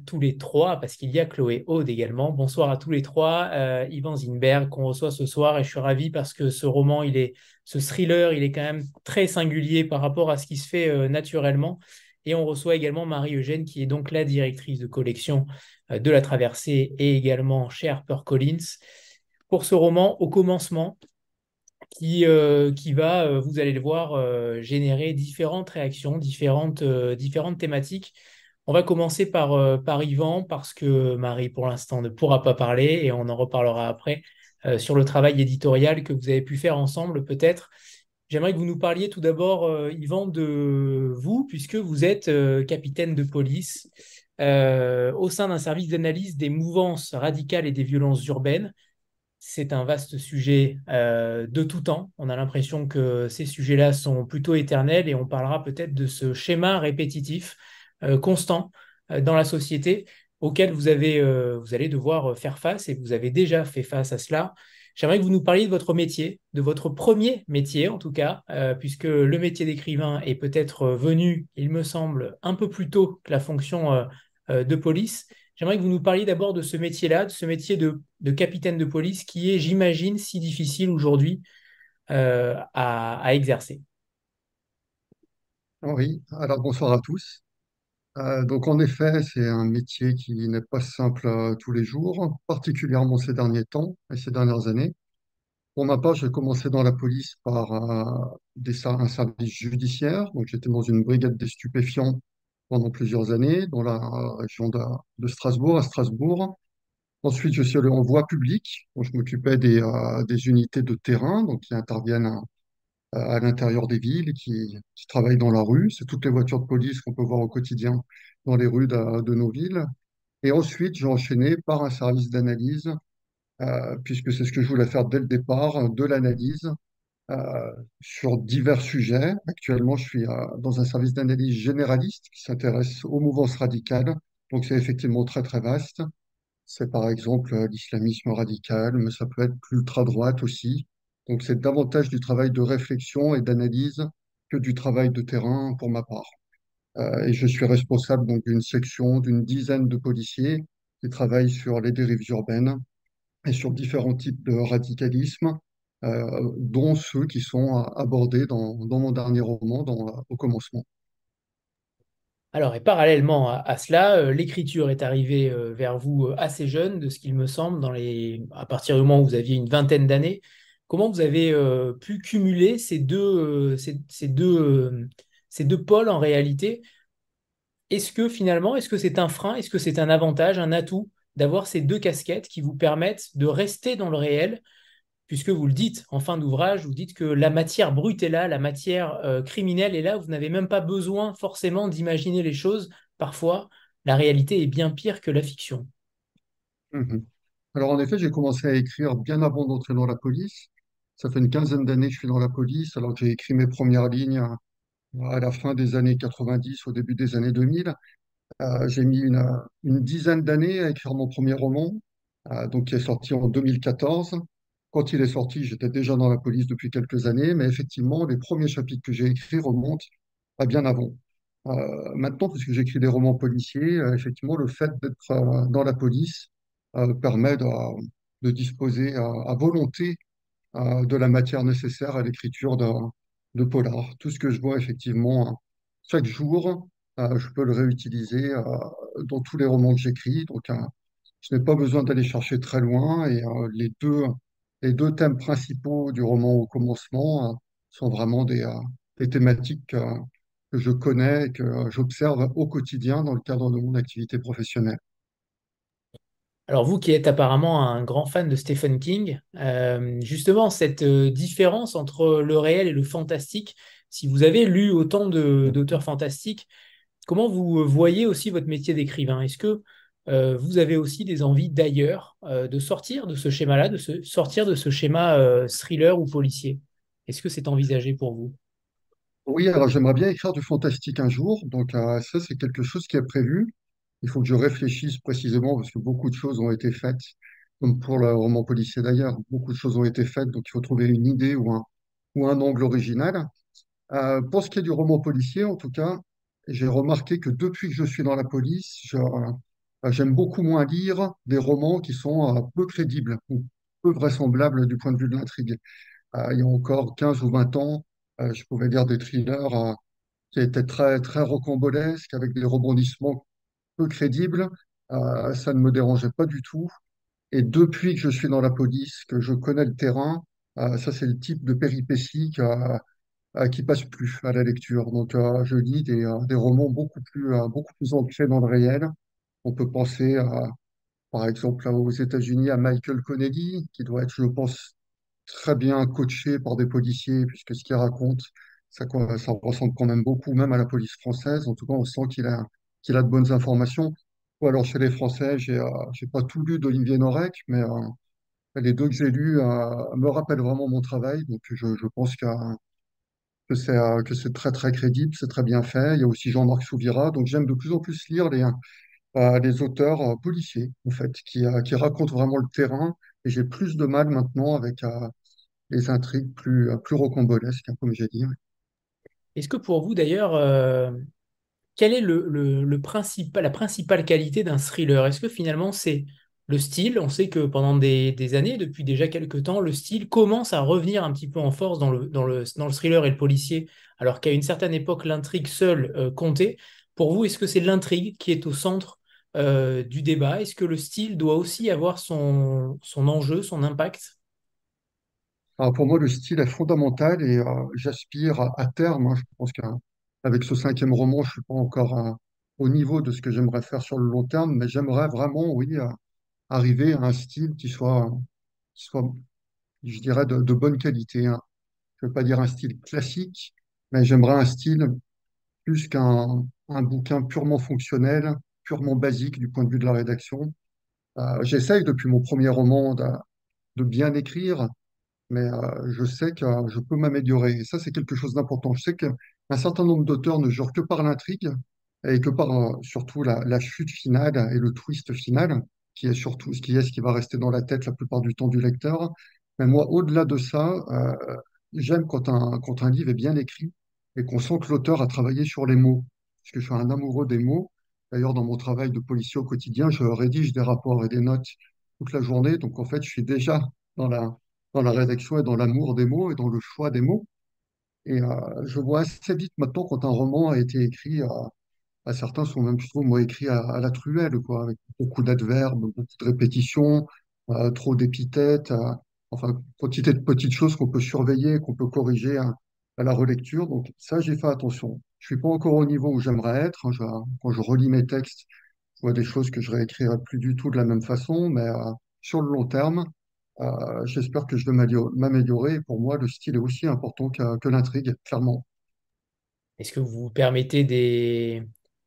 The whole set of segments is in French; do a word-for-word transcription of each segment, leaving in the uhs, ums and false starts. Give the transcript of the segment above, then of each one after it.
tous les trois, parce qu'il y a Chloé Aude également. Bonsoir à tous les trois. Euh, Yvan Zinberg qu'on reçoit ce soir et je suis ravi parce que ce roman, il est, ce thriller, il est quand même très singulier par rapport à ce qui se fait euh, naturellement. Et on reçoit également Marie-Eugène qui est donc la directrice de collection euh, de La Traversée et également chez HarperCollins pour ce roman Au commencement qui, euh, qui va, euh, vous allez le voir, euh, générer différentes réactions, différentes, euh, différentes thématiques. On va commencer par, euh, par Yvan, parce que Marie, pour l'instant, ne pourra pas parler, et on en reparlera après, euh, sur le travail éditorial que vous avez pu faire ensemble, peut-être. J'aimerais que vous nous parliez tout d'abord, euh, Yvan, de vous, puisque vous êtes euh, capitaine de police euh, au sein d'un service d'analyse des mouvances radicales et des violences urbaines. C'est un vaste sujet euh, de tout temps. On a l'impression que ces sujets-là sont plutôt éternels et on parlera peut-être de ce schéma répétitif, euh, constant euh, dans la société auquel vous avez, euh, vous allez devoir faire face et vous avez déjà fait face à cela. J'aimerais que vous nous parliez de votre métier, de votre premier métier en tout cas, euh, puisque le métier d'écrivain est peut-être venu, il me semble, un peu plus tôt que la fonction euh, euh, de police. J'aimerais que vous nous parliez d'abord de ce métier-là, de ce métier de, de capitaine de police qui est, j'imagine, si difficile aujourd'hui euh, à, à exercer. Oui, alors bonsoir à tous. Euh, donc en effet, c'est un métier qui n'est pas simple euh, tous les jours, particulièrement ces derniers temps et ces dernières années. Pour ma part, j'ai commencé dans la police par euh, des, ser- un service judiciaire. Donc j'étais dans une brigade des stupéfiants pendant plusieurs années dans la euh, région de, de Strasbourg, à Strasbourg. Ensuite, je suis allé en voie publique. Donc, je m'occupais des, euh, des unités de terrain donc, qui interviennent euh, à l'intérieur des villes et qui, qui travaillent dans la rue. C'est toutes les voitures de police qu'on peut voir au quotidien dans les rues de, de nos villes. Et ensuite, j'ai enchaîné par un service d'analyse, euh, puisque c'est ce que je voulais faire dès le départ, de l'analyse euh, sur divers sujets. Actuellement, je suis euh, dans un service d'analyse généraliste qui s'intéresse aux mouvances radicales. Donc, c'est effectivement très, très vaste. C'est par exemple euh, l'islamisme radical, mais ça peut être l'ultra-droite aussi. Donc c'est davantage du travail de réflexion et d'analyse que du travail de terrain pour ma part. Euh, et je suis responsable donc d'une section d'une dizaine de policiers qui travaillent sur les dérives urbaines et sur différents types de radicalisme, euh, dont ceux qui sont euh, abordés dans, dans mon dernier roman, dans, euh, Au commencement. Alors, et parallèlement à, à cela, euh, l'écriture est arrivée euh, vers vous euh, assez jeune, de ce qu'il me semble, dans les... à partir du moment où vous aviez une vingtaine d'années. Comment vous avez euh, pu cumuler ces deux, euh, ces, ces deux, euh, ces deux pôles en réalité? Est-ce que finalement, est-ce que c'est un frein, est-ce que c'est un avantage, un atout d'avoir ces deux casquettes qui vous permettent de rester dans le réel, puisque vous le dites en fin d'ouvrage, vous dites que la matière brute est là, la matière euh, criminelle est là, vous n'avez même pas besoin forcément d'imaginer les choses. Parfois, la réalité est bien pire que la fiction. Mhm. Alors en effet, j'ai commencé à écrire bien avant d'entrer dans la police. Ça fait une quinzaine d'années que je suis dans la police, alors que j'ai écrit mes premières lignes à la fin des années quatre-vingt-dix, au début des années deux mille. Euh, j'ai mis une, une dizaine d'années à écrire mon premier roman, euh, donc qui est sorti en deux mille quatorze. Quand il est sorti, j'étais déjà dans la police depuis quelques années, mais effectivement, les premiers chapitres que j'ai écrits remontent à bien avant. Euh, maintenant, puisque j'écris des romans policiers, euh, effectivement, le fait d'être euh, dans la police euh, permet de, de disposer à, à volonté euh, de la matière nécessaire à l'écriture de, de polar. Tout ce que je vois effectivement euh, chaque jour, euh, je peux le réutiliser euh, dans tous les romans que j'écris. Donc, euh, je n'ai pas besoin d'aller chercher très loin. Et euh, les deux, les deux thèmes principaux du roman au commencement euh, sont vraiment des, euh, des thématiques euh, que je connais et que euh, j'observe au quotidien dans le cadre de mon activité professionnelle. Alors vous qui êtes apparemment un grand fan de Stephen King, euh, justement cette euh, différence entre le réel et le fantastique, si vous avez lu autant de- d'auteurs fantastiques, comment vous voyez aussi votre métier d'écrivain? Est-ce que euh, vous avez aussi des envies d'ailleurs, euh, de sortir de ce schéma-là, de se, sortir de ce schéma euh, thriller ou policier? Est-ce que c'est envisagé pour vous? Oui, alors j'aimerais bien écrire du fantastique un jour. Donc, euh, ça, c'est quelque chose qui est prévu. Il faut que je réfléchisse précisément parce que beaucoup de choses ont été faites, comme pour le roman policier d'ailleurs. Beaucoup de choses ont été faites, donc il faut trouver une idée ou un, ou un angle original. Euh, pour ce qui est du roman policier, en tout cas, j'ai remarqué que depuis que je suis dans la police, je, Euh, J'aime beaucoup moins lire des romans qui sont euh, peu crédibles ou peu vraisemblables du point de vue de l'intrigue. Euh, il y a encore quinze ou vingt ans, euh, je pouvais lire des thrillers euh, qui étaient très, très rocambolesques, avec des rebondissements peu crédibles. Euh, ça ne me dérangeait pas du tout. Et depuis que je suis dans la police, que je connais le terrain, euh, ça c'est le type de péripéties qui, euh, euh, qui passe plus à la lecture. Donc euh, je lis des, euh, des romans beaucoup plus, euh, beaucoup plus ancrés dans le réel. On peut penser à, par exemple aux États-Unis à Michael Connelly, qui doit être, je pense, très bien coaché par des policiers, puisque ce qu'il raconte, ça, co- ça ressemble quand même beaucoup, même à la police française. En tout cas, on sent qu'il a, qu'il a de bonnes informations. Ou alors chez les Français, j'ai euh, j'ai pas tout lu d'Olivier Norek, mais euh, les deux que j'ai lus euh, me rappellent vraiment mon travail. Donc je, je pense que, que c'est euh, que c'est très très crédible, c'est très bien fait. Il y a aussi Jean-Marc Souvira. Donc j'aime de plus en plus lire les, euh, les auteurs euh, policiers, en fait, qui, euh, qui racontent vraiment le terrain. Et j'ai plus de mal maintenant avec euh, les intrigues plus, euh, plus rocambolesques, hein, comme j'ai dit. Est-ce que pour vous d'ailleurs, euh, quelle est le, le- le principal, la principale qualité d'un thriller? Est-ce que finalement c'est le style? On sait que pendant des, des années, depuis déjà quelques temps, le style commence à revenir un petit peu en force dans le, dans le, dans le thriller et le policier, alors qu'à une certaine époque, l'intrigue seule euh, comptait. Pour vous, est-ce que c'est l'intrigue qui est au centre euh, du débat? Est-ce que le style doit aussi avoir son, son enjeu, son impact? Alors pour moi, le style est fondamental et euh, j'aspire à, à terme, hein, je pense qu'avec ce cinquième roman, je suis pas encore euh, au niveau de ce que j'aimerais faire sur le long terme, mais j'aimerais vraiment, oui, euh, arriver à un style qui soit, qui soit, je dirais, de, de bonne qualité, hein. Je ne veux pas dire un style classique, mais j'aimerais un style plus qu'un un bouquin purement fonctionnel, purement basique du point de vue de la rédaction. Euh, j'essaye depuis mon premier roman de, de bien écrire, mais euh, je sais que euh, je peux m'améliorer. Et ça, c'est quelque chose d'important. Je sais qu'un certain nombre d'auteurs ne jurent que par l'intrigue et que par euh, surtout la, la chute finale et le twist final, qui est surtout ce qui est ce qui va rester dans la tête la plupart du temps du lecteur. Mais moi, au-delà de ça, euh, j'aime quand un, quand un livre est bien écrit et qu'on sent que l'auteur a travaillé sur les mots. Parce que je suis un amoureux des mots. D'ailleurs, dans mon travail de policier au quotidien, je rédige des rapports et des notes toute la journée. Donc, en fait, je suis déjà dans la, dans la rédaction et dans l'amour des mots et dans le choix des mots. Et euh, je vois assez vite maintenant quand un roman a été écrit, euh, à certains sont même, je trouve, moi, écrits à, à la truelle, quoi, avec beaucoup d'adverbes, beaucoup de répétitions, euh, trop d'épithètes, euh, enfin, quantité de petites choses qu'on peut surveiller, qu'on peut corriger à, à la relecture. Donc ça, j'ai fait attention. Je suis pas encore au niveau où j'aimerais être, hein. Je- quand je relis mes textes, je vois des choses que je réécrirai plus du tout de la même façon, mais euh, sur le long terme, euh, j'espère que je vais m'amélio- m'améliorer. Et pour moi, le style est aussi important que, que l'intrigue, clairement. Est-ce que vous vous permettez des,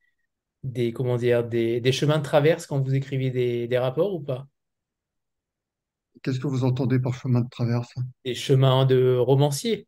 des, comment dire, des, des chemins de traverse quand vous écrivez des, des rapports ou pas? Qu'est-ce que vous entendez par chemin de traverse? Des chemins de romancier?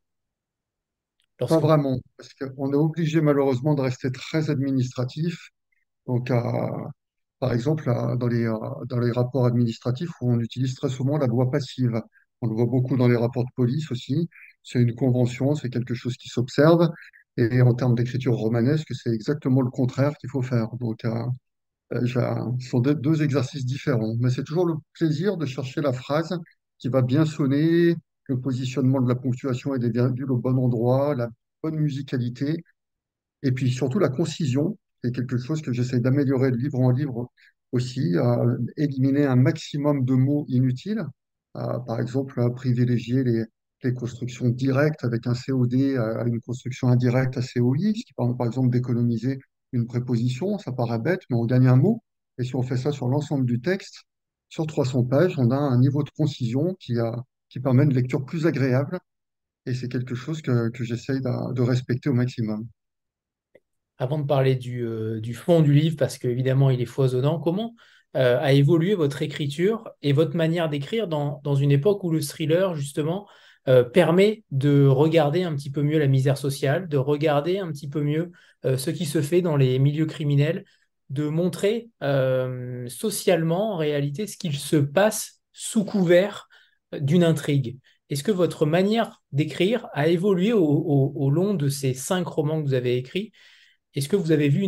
Pas Lorsque vraiment, parce qu'on est obligé malheureusement de rester très administratif. Donc, euh, par exemple, euh, dans les, euh, dans les rapports administratifs, où on utilise très souvent la loi passive. On le voit beaucoup dans les rapports de police aussi. C'est une convention, c'est quelque chose qui s'observe. Et en termes d'écriture romanesque, c'est exactement le contraire qu'il faut faire. Donc, euh, euh, j'ai un- ce sont deux, deux exercices différents. Mais c'est toujours le plaisir de chercher la phrase qui va bien sonner, le positionnement de la ponctuation et des virgules au bon endroit, la bonne musicalité. Et puis surtout la concision, c'est quelque chose que j'essaie d'améliorer de livre en livre aussi, euh, éliminer un maximum de mots inutiles. Euh, par exemple, euh, privilégier les, les constructions directes avec un C O D à une construction indirecte à C O I, ce qui permet par exemple d'économiser une préposition. Ça paraît bête, mais on gagne un mot. Et si on fait ça sur l'ensemble du texte, sur trois cents pages, on a un niveau de concision qui, a, qui permet une lecture plus agréable. Et c'est quelque chose que, que j'essaye de de respecter au maximum. avant de parler du, euh, du fond du livre, parce qu'évidemment il est foisonnant, comment euh, a évolué votre écriture et votre manière d'écrire dans, dans une époque où le thriller, justement, euh, permet de regarder un petit peu mieux la misère sociale, de regarder un petit peu mieux euh, ce qui se fait dans les milieux criminels, de montrer euh, socialement, en réalité, ce qu'il se passe sous couvert d'une intrigue. Est-ce que votre manière d'écrire a évolué au, au au long de ces cinq romans que vous avez écrits? Est-ce que vous avez vu une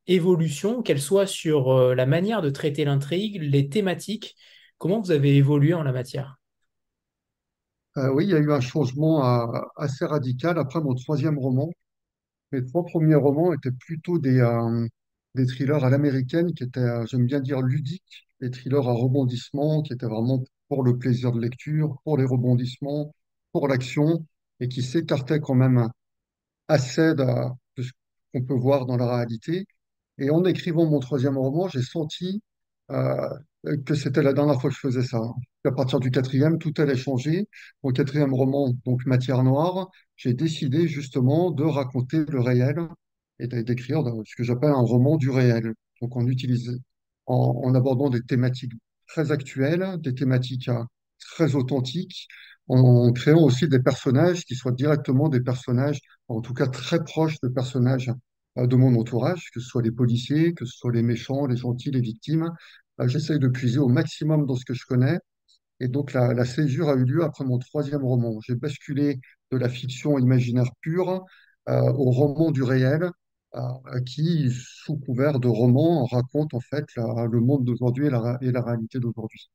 évolution, qu'elle soit sur euh, la manière de traiter l'intrigue, les thématiques. Comment vous avez évolué en la matière? Euh, oui, il y a eu un changement euh, assez radical après mon troisième roman. Mes trois premiers romans étaient plutôt des, euh, des thrillers à l'américaine qui étaient, euh, j'aime bien dire, ludiques, des thrillers à rebondissement qui étaient vraiment pour le plaisir de lecture, pour les rebondissements, pour l'action et qui s'écartaient quand même assez de, de ce qu'on peut voir dans la réalité. Et en écrivant mon troisième roman, j'ai senti euh, que c'était la dernière fois que je faisais ça. À partir du quatrième, tout allait changer. Mon quatrième roman, donc Matière Noire, j'ai décidé justement de raconter le réel et d- d'écrire ce que j'appelle un roman du réel. Donc on utilise, en, en abordant des thématiques très actuelles, des thématiques euh, très authentiques, en créant aussi des personnages qui soient directement des personnages, en tout cas très proches de personnages euh, de mon entourage, que ce soit les policiers, que ce soit les méchants, les gentils, les victimes. Euh, J'essaye de puiser au maximum dans ce que je connais. Et donc la, la césure a eu lieu après mon troisième roman. J'ai basculé de la fiction imaginaire pure euh, au roman du réel, euh, qui, sous couvert de roman, raconte en fait la- le monde d'aujourd'hui et la, et la réalité d'aujourd'hui.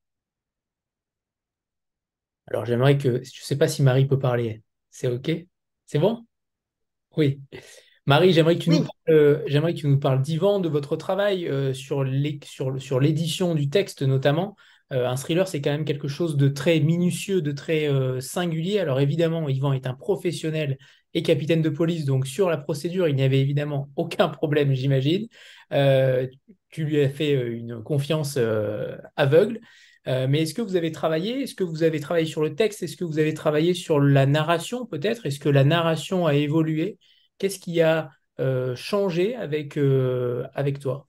Alors j'aimerais que, je ne sais pas si Marie peut parler. C'est OK? C'est bon? Oui. Marie, j'aimerais que tu nous Oui, parles, euh, j'aimerais que tu nous parles d'Yvan, de votre travail euh, sur l'é- sur, sur l'édition du texte notamment. Euh, un thriller, c'est quand même quelque chose de très minutieux, de très euh, singulier. Alors évidemment, Yvan est un professionnel et capitaine de police, donc sur la procédure, il n'y avait évidemment aucun problème, j'imagine. Euh, Tu lui as fait euh, une confiance euh, aveugle. Euh, mais est-ce que vous avez travaillé? Est-ce que vous avez travaillé sur le texte? Est-ce que vous avez travaillé sur la narration peut-être? Est-ce que la narration a évolué? Qu'est-ce qui a euh, changé avec, euh, avec toi?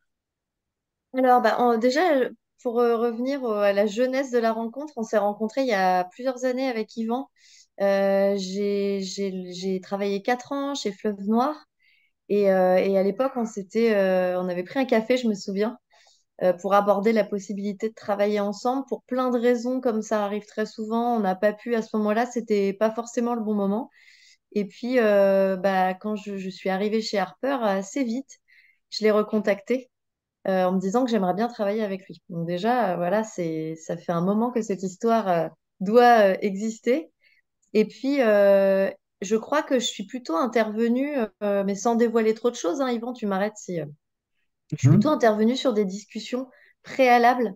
alors bah, en- déjà, euh, pour euh, revenir au- à la jeunesse de la rencontre, on s'est rencontrés il y a plusieurs années avec Yvan. Euh, j'ai, j'ai, j'ai travaillé quatre ans chez Fleuve Noir et, euh, et à l'époque, on s'était, euh, on avait pris un café, je me souviens, euh, pour aborder la possibilité de travailler ensemble pour plein de raisons, comme ça arrive très souvent. On n'a pas pu à ce moment-là, c'était pas forcément le bon moment. Et puis, euh, bah, quand je, je suis arrivée chez Harper, assez vite, je l'ai recontacté euh, en me disant que j'aimerais bien travailler avec lui. Donc déjà, euh, voilà, c'est, ça fait un moment que cette histoire euh, doit euh, exister. Et puis, euh, je crois que je suis plutôt intervenue, euh, mais sans dévoiler trop de choses, hein, Yvan, tu m'arrêtes si... euh, je suis plutôt Mhm. intervenue sur des discussions préalables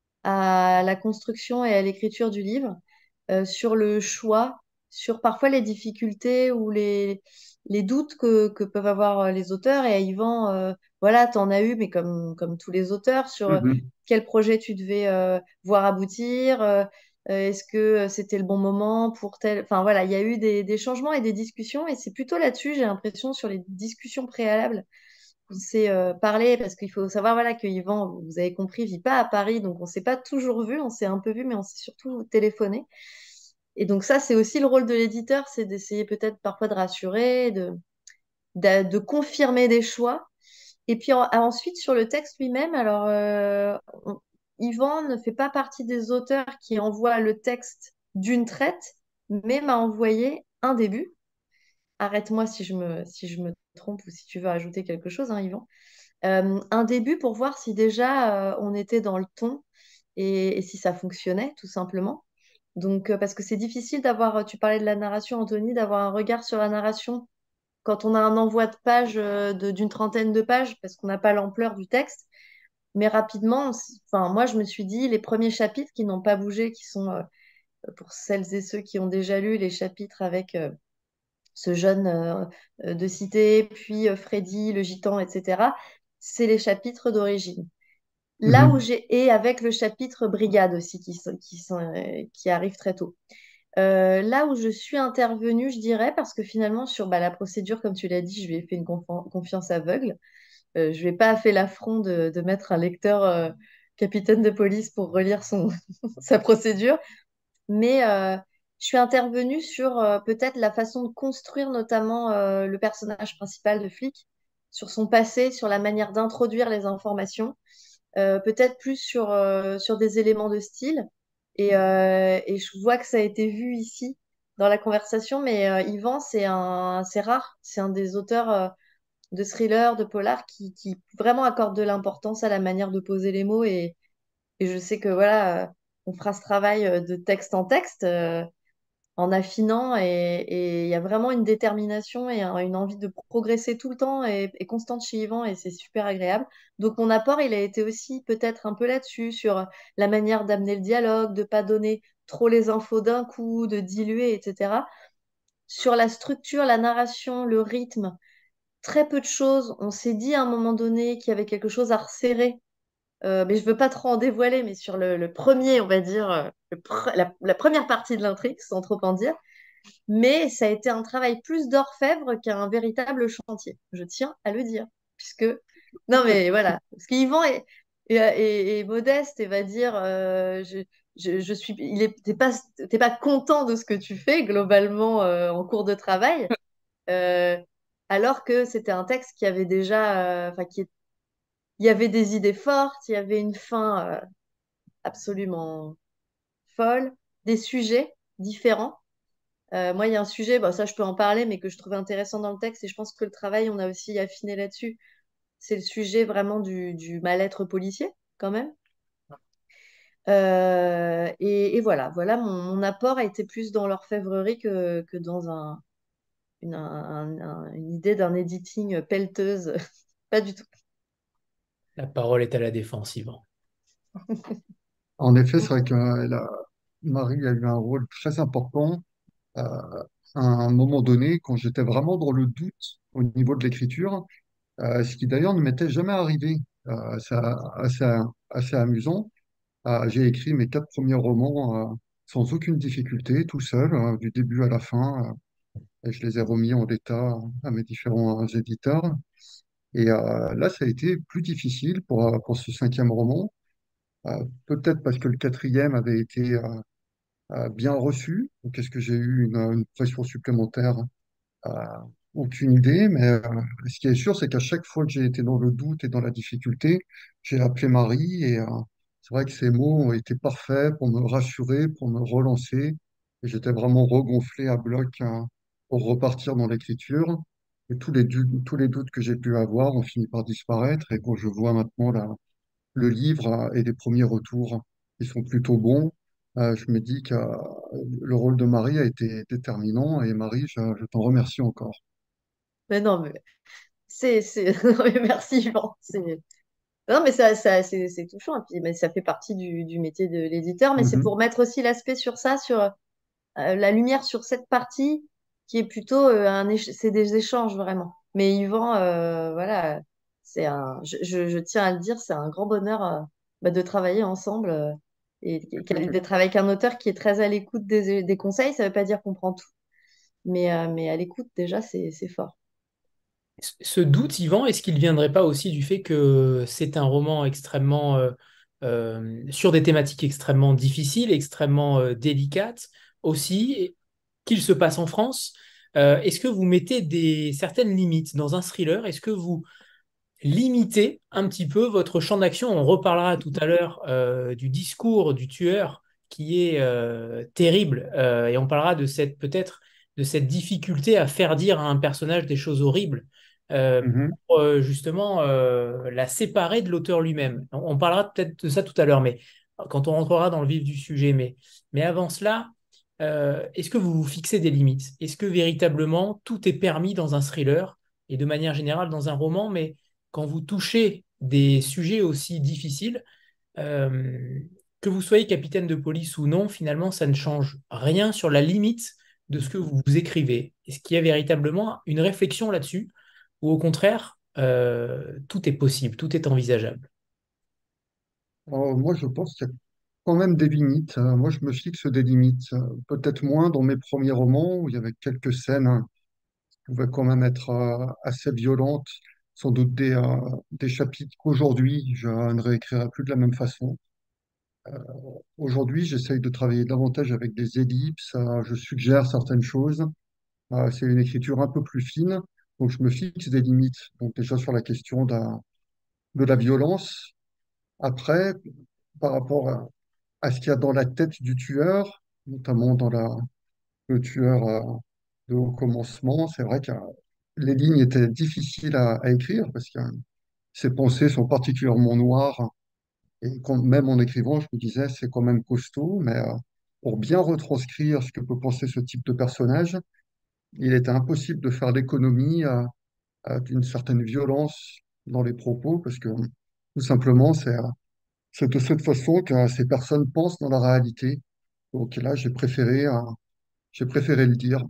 à la construction et à l'écriture du livre, euh, sur le choix, sur parfois les difficultés ou les, les doutes que, que peuvent avoir euh, les auteurs. Et à Yvan, euh, voilà, t'en as eu, mais comme, comme tous les auteurs, sur euh, Mhm. quel projet tu devais euh, voir aboutir, euh, euh, est-ce que euh, c'était le bon moment pour tel... Enfin voilà, il y a eu des, des changements et des discussions, et c'est plutôt là-dessus, j'ai l'impression, sur les discussions préalables on s'est euh, parlé parce qu'il faut savoir voilà que Yvan, vous avez compris, vit pas à Paris, donc on s'est pas toujours vu, on s'est un peu vu, mais on s'est surtout téléphoné. Et donc ça, c'est aussi le rôle de l'éditeur, c'est d'essayer peut-être parfois de rassurer, de, de, de confirmer des choix. Et puis en- ensuite sur le texte lui-même, alors euh, on- Yvan ne fait pas partie des auteurs qui envoient le texte d'une traite, mais m'a envoyé un début. Arrête-moi si je me, si je me trompe ou si tu veux ajouter quelque chose, hein, Yvan. Euh, un début pour voir si déjà euh, on était dans le ton et, et si ça fonctionnait, tout simplement. Donc, euh, parce que c'est difficile d'avoir, tu parlais de la narration, Anthony, d'avoir un regard sur la narration quand on a un envoi de pages euh, de- d'une trentaine de pages, parce qu'on n'a pas l'ampleur du texte. Mais rapidement, on s- enfin, moi, je me suis dit, les premiers chapitres qui n'ont pas bougé, qui sont, euh, pour celles et ceux qui ont déjà lu les chapitres avec euh, ce jeune euh, euh, de cité, puis euh, Freddy, le gitan, et cetera, c'est les chapitres d'origine. Là où Mhm. j'ai, et avec le chapitre Brigade aussi, qui, sont- qui, sont, euh, qui arrive très tôt. Euh, là où je suis intervenue, je dirais, parce que finalement, sur bah, la procédure, comme tu l'as dit, je lui ai fait une confi- confiance aveugle. Euh, je lui ai pas fait l'affront de, de mettre un lecteur euh, capitaine de police pour relire son, sa procédure. Mais euh, je suis intervenue sur euh, peut-être la façon de construire notamment euh, le personnage principal de flic, sur son passé, sur la manière d'introduire les informations, euh, peut-être plus sur, euh, sur des éléments de style. Et, euh, et je vois que ça a été vu ici dans la conversation, mais euh, Yvan, c'est un, c'est rare. C'est un des auteurs euh, de thriller, de polar qui, qui vraiment accordent de l'importance à la manière de poser les mots. Et, et je sais que voilà, euh, on fera ce travail euh, de texte en texte. Euh, en affinant et et il y a vraiment une détermination et un- une envie de progresser tout le temps et, et constante chez Yvan et c'est super agréable. Donc mon apport, il a été aussi peut-être un peu là-dessus, sur la manière d'amener le dialogue, de pas donner trop les infos d'un coup, de diluer, et cetera. Sur la structure, la narration, le rythme, très peu de choses. On s'est dit à un moment donné qu'il y avait quelque chose à resserrer. Euh, mais je veux pas trop en dévoiler, mais sur le, le premier, on va dire, euh, le pr- la, la première partie de l'intrigue, sans trop en dire, mais ça a été un travail plus d'orfèvre qu'un véritable chantier. Je tiens à le dire. Puisque, non, mais voilà. Parce qu'Yvan est, est, est- est modeste et va dire euh, je, je, je suis, il est, t'es pas, t'es pas content de ce que tu fais globalement euh, en cours de travail. euh, alors que c'était un texte qui avait déjà, euh, enfin, qui, il y avait des idées fortes, il y avait une fin euh, absolument folle, des sujets différents. Euh, moi, il y a un sujet, bah, ça je peux en parler, mais que je trouvais intéressant dans le texte, et je pense que le travail, on a aussi affiné là-dessus. C'est le sujet vraiment du, du mal-être policier, quand même. Euh, et, et voilà, voilà, mon, mon apport a été plus dans l'orfèvrerie que, que dans un, une, un- un- une idée d'un editing pelleteuse. Pas du tout. La parole est à la défense, Yvan. En effet, c'est vrai que euh, la- Marie a eu un rôle très important euh, à un moment donné quand j'étais vraiment dans le doute au niveau de l'écriture, euh, ce qui d'ailleurs ne m'était jamais arrivé. Euh, c'est assez, assez amusant. Euh, j'ai écrit mes quatre premiers romans euh, sans aucune difficulté, tout seul, euh, du début à la fin, euh, et je les ai remis en l'état à mes différents euh, éditeurs. Et euh, là, ça a été plus difficile pour, euh, pour ce cinquième roman, euh, peut-être parce que le quatrième avait été euh, euh, bien reçu, ou qu'est-ce que j'ai eu une, une pression supplémentaire? Euh, Aucune idée, mais euh, ce qui est sûr, c'est qu'à chaque fois que j'ai été dans le doute et dans la difficulté, j'ai appelé Marie et euh, c'est vrai que ces mots ont été parfaits pour me rassurer, pour me relancer. Et j'étais vraiment regonflé à bloc euh, pour repartir dans l'écriture. Et tous les, du- tous les doutes que j'ai pu avoir ont fini par disparaître. Et quand je vois maintenant la, le livre euh, et les premiers retours qui sont plutôt bons, euh, je me dis que euh, le rôle de Marie a été déterminant. Et Marie, je je t'en remercie encore. Mais non, mais c'est, c'est... non, mais merci, Yvan. C'est... Non, mais ça, ça, c'est, c'est touchant. Et puis, mais ça fait partie du, du métier de l'éditeur, mais c'est Mhm. pour mettre aussi l'aspect sur ça, sur euh, la lumière sur cette partie qui est plutôt euh, un éch- c'est des échanges vraiment. Mais Yvan, euh, voilà, c'est un, je, je, je tiens à le dire, c'est un grand bonheur euh, bah, de travailler ensemble euh, et, et d'être avec un auteur qui est très à l'écoute des, des conseils. Ça veut pas dire qu'on prend tout, mais, euh, mais à l'écoute déjà, c'est, c'est fort. Ce doute, Yvan, est-ce qu'il ne viendrait pas aussi du fait que c'est un roman extrêmement euh, euh, sur des thématiques extrêmement difficiles, extrêmement euh, délicates aussi, et qu'il se passe en France? Euh, est-ce que vous mettez des certaines limites dans un thriller? Est-ce que vous limitez un petit peu votre champ d'action? On reparlera tout à l'heure euh, du discours du tueur qui est euh, terrible, euh, et on parlera de cette peut-être de cette difficulté à faire dire à un personnage des choses horribles, euh, Mhm. pour euh, justement euh, la séparer de l'auteur lui-même. On, on parlera peut-être de ça tout à l'heure, mais quand on rentrera dans le vif du sujet. Mais, mais avant cela, euh, est-ce que vous vous fixez des limites? Est-ce que véritablement tout est permis dans un thriller et de manière générale dans un roman, mais quand vous touchez des sujets aussi difficiles, euh, que vous soyez capitaine de police ou non, finalement, ça ne change rien sur la limite de ce que vous écrivez. Est-ce qu'il y a véritablement une réflexion là-dessus, ou au contraire, euh, tout est possible, tout est envisageable? Alors, moi, je pense qu'il y a quand même des limites. Euh, Moi, je me fixe des limites. Euh, Peut-être moins dans mes premiers romans où il y avait quelques scènes hein, qui pouvaient quand même être euh, assez violentes, sans doute des, euh, des chapitres qu'aujourd'hui, je ne réécrirai plus de la même façon. Aujourd'hui, j'essaye de travailler davantage avec des ellipses, euh, je suggère certaines choses. Euh, c'est une écriture un peu plus fine, donc je me fixe des limites. Donc déjà sur la question d'un- de la violence. Après, par rapport à, à ce qu'il y a dans la tête du tueur, notamment dans la, le tueur euh, de au commencement, c'est vrai qu'il y a les lignes étaient difficiles à, à écrire parce que ses pensées sont particulièrement noires. Et quand- même en écrivant, je me disais, c'est quand même costaud, mais euh, pour bien retranscrire ce que peut penser ce type de personnage, il était impossible de faire l'économie euh, euh, d'une certaine violence dans les propos, parce que tout simplement, c'est euh, c'est de cette façon que ces personnes pensent dans la réalité. Donc là, j'ai préféré, euh, j'ai préféré le dire.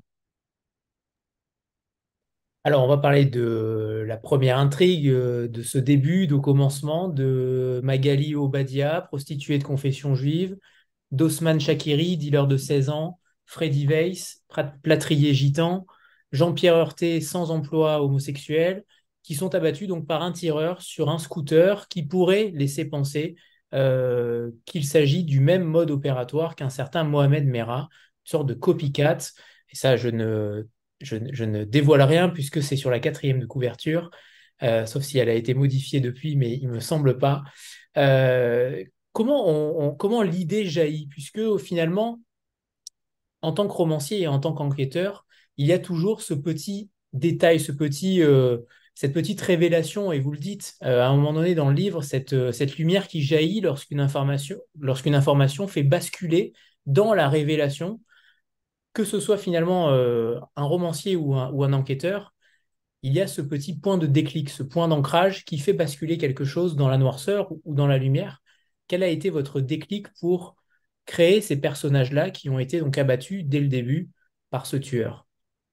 Alors, on va parler de la première intrigue, euh, de ce début, de commencement, de Magali Obadia, prostituée de confession juive, d'Osman Shakiri, dealer de seize ans, Freddy Weiss, prat- plâtrier gitan, Jean-Pierre Heurté, sans emploi homosexuel, qui sont abattus donc par un tireur sur un scooter qui pourrait laisser penser euh, qu'il s'agit du même mode opératoire qu'un certain Mohamed Merah, une sorte de copycat. Et ça, je ne, je, ne je ne dévoile rien puisque c'est sur la quatrième de couverture, euh, sauf si elle a été modifiée depuis, mais il ne me semble pas. Euh, comment on, on- comment l'idée jaillit? Puisque finalement, en tant que romancier et en tant qu'enquêteur, il y a toujours ce petit détail, ce petit, euh, cette petite révélation, et vous le dites, euh, à un moment donné dans le livre, cette, euh, cette lumière qui jaillit lorsqu'une information, lorsqu'une information fait basculer dans la révélation, que ce soit finalement euh, un romancier ou un, ou un enquêteur, il y a ce petit point de déclic, ce point d'ancrage qui fait basculer quelque chose dans la noirceur ou dans la lumière. Quel a été votre déclic pour créer ces personnages-là qui ont été donc abattus dès le début par ce tueur?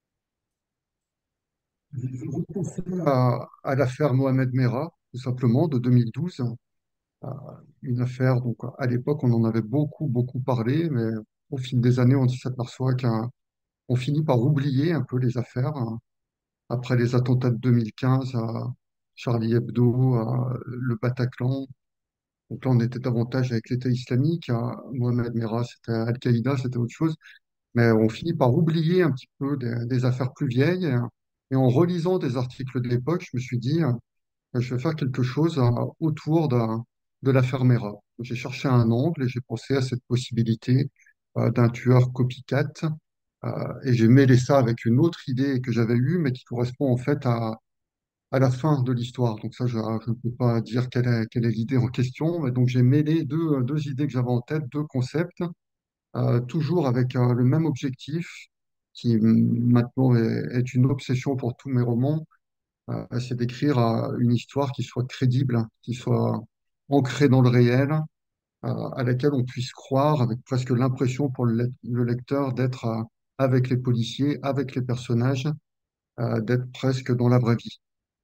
Je repensais à, à l'affaire Mohamed Merah, tout simplement, de deux mille douze. Euh, une affaire, donc à l'époque, on en avait beaucoup, beaucoup parlé, mais au fil des années, on s'aperçoit qu'on finit par oublier un peu les affaires, hein. Après les attentats de deux mille quinze à Charlie Hebdo, à le Bataclan. Donc là, on était davantage avec l'État islamique. À Mohamed Merah, c'était Al-Qaïda, c'était autre chose. Mais on finit par oublier un petit peu des, des affaires plus vieilles. Et, et en relisant des articles de l'époque, je me suis dit, euh, je vais faire quelque chose euh, autour d'un- de l'affaire Merah. J'ai cherché un angle et j'ai pensé à cette possibilité euh, d'un tueur copycat. Euh, et j'ai mêlé ça avec une autre idée que j'avais eue, mais qui correspond en fait à, à la fin de l'histoire. Donc ça, je, je ne peux pas dire quelle est, quelle est l'idée en question. Mais donc j'ai mêlé deux, deux idées que j'avais en tête, deux concepts, euh, toujours avec euh, le même objectif, qui mm, maintenant est, est une obsession pour tous mes romans, euh, c'est d'écrire euh, une histoire qui soit crédible, qui soit ancrée dans le réel, euh, à laquelle on puisse croire, avec presque l'impression pour le, lec- le lecteur d'être euh, avec les policiers, avec les personnages, euh, d'être presque dans la vraie vie.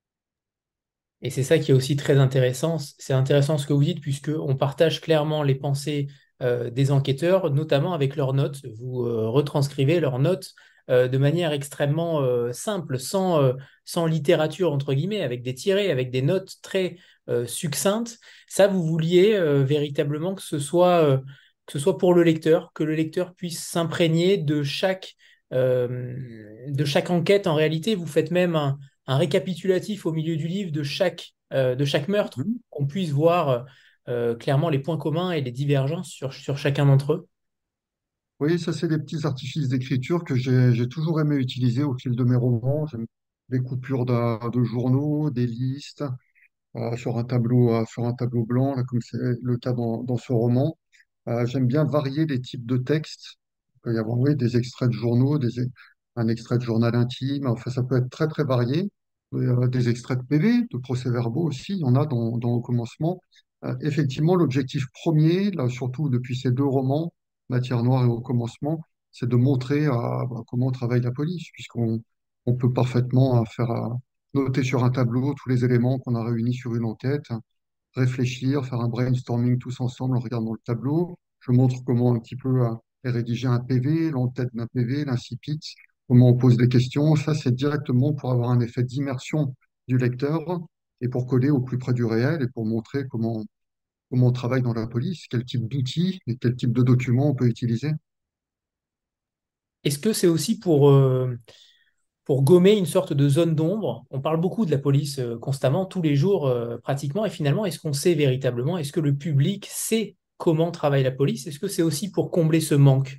Et c'est ça qui est aussi très intéressant. C'est intéressant ce que vous dites, puisqu'on partage clairement les pensées euh, des enquêteurs, notamment avec leurs notes. Vous euh, retranscrivez leurs notes euh, de manière extrêmement euh, simple, sans, euh, sans littérature, entre guillemets, avec des tirets, avec des notes très euh, succinctes. Ça, vous vouliez euh, véritablement que ce soit, euh, que ce soit pour le lecteur, que le lecteur puisse s'imprégner de chaque, euh, de chaque enquête. En réalité, vous faites même un un récapitulatif au milieu du livre de chaque, euh, de chaque meurtre, Mhm. qu'on puisse voir euh, clairement les points communs et les divergences sur, sur chacun d'entre eux. Oui, ça, c'est des petits artifices d'écriture que j'ai j'ai toujours aimé utiliser au fil de mes romans. J'aime des coupures de, de journaux, des listes, euh, sur un tableau, euh, sur un tableau blanc, là, comme c'est le cas dans, dans ce roman. Euh, j'aime bien varier les types de textes. Il peut y avoir, oui, des extraits de journaux, des, un extrait de journal intime. Enfin, ça peut être très, très varié. Euh, des extraits de P V, de procès-verbaux aussi, il y en a dans, dans le commencement. Euh, effectivement, l'objectif premier, là, surtout depuis ces deux romans, Matière noire et au commencement, c'est de montrer euh, bah, comment travaille la police, puisqu'on on peut parfaitement euh, faire euh, noter sur un tableau tous les éléments qu'on a réunis sur une enquête, réfléchir, faire un brainstorming tous ensemble en regardant le tableau. Je montre comment un petit peu euh, est rédigé un P V, l'entête d'un P V, l'incipit, comment on pose des questions. Ça, c'est directement pour avoir un effet d'immersion du lecteur et pour coller au plus près du réel et pour montrer comment, comment on travaille dans la police, quel type d'outils et quel type de documents on peut utiliser. Est-ce que c'est aussi pour, euh, pour gommer une sorte de zone d'ombre? On parle beaucoup de la police euh, constamment, tous les jours euh, pratiquement, et finalement, est-ce qu'on sait véritablement, est-ce que le public sait comment travaille la police? Est-ce que c'est aussi pour combler ce manque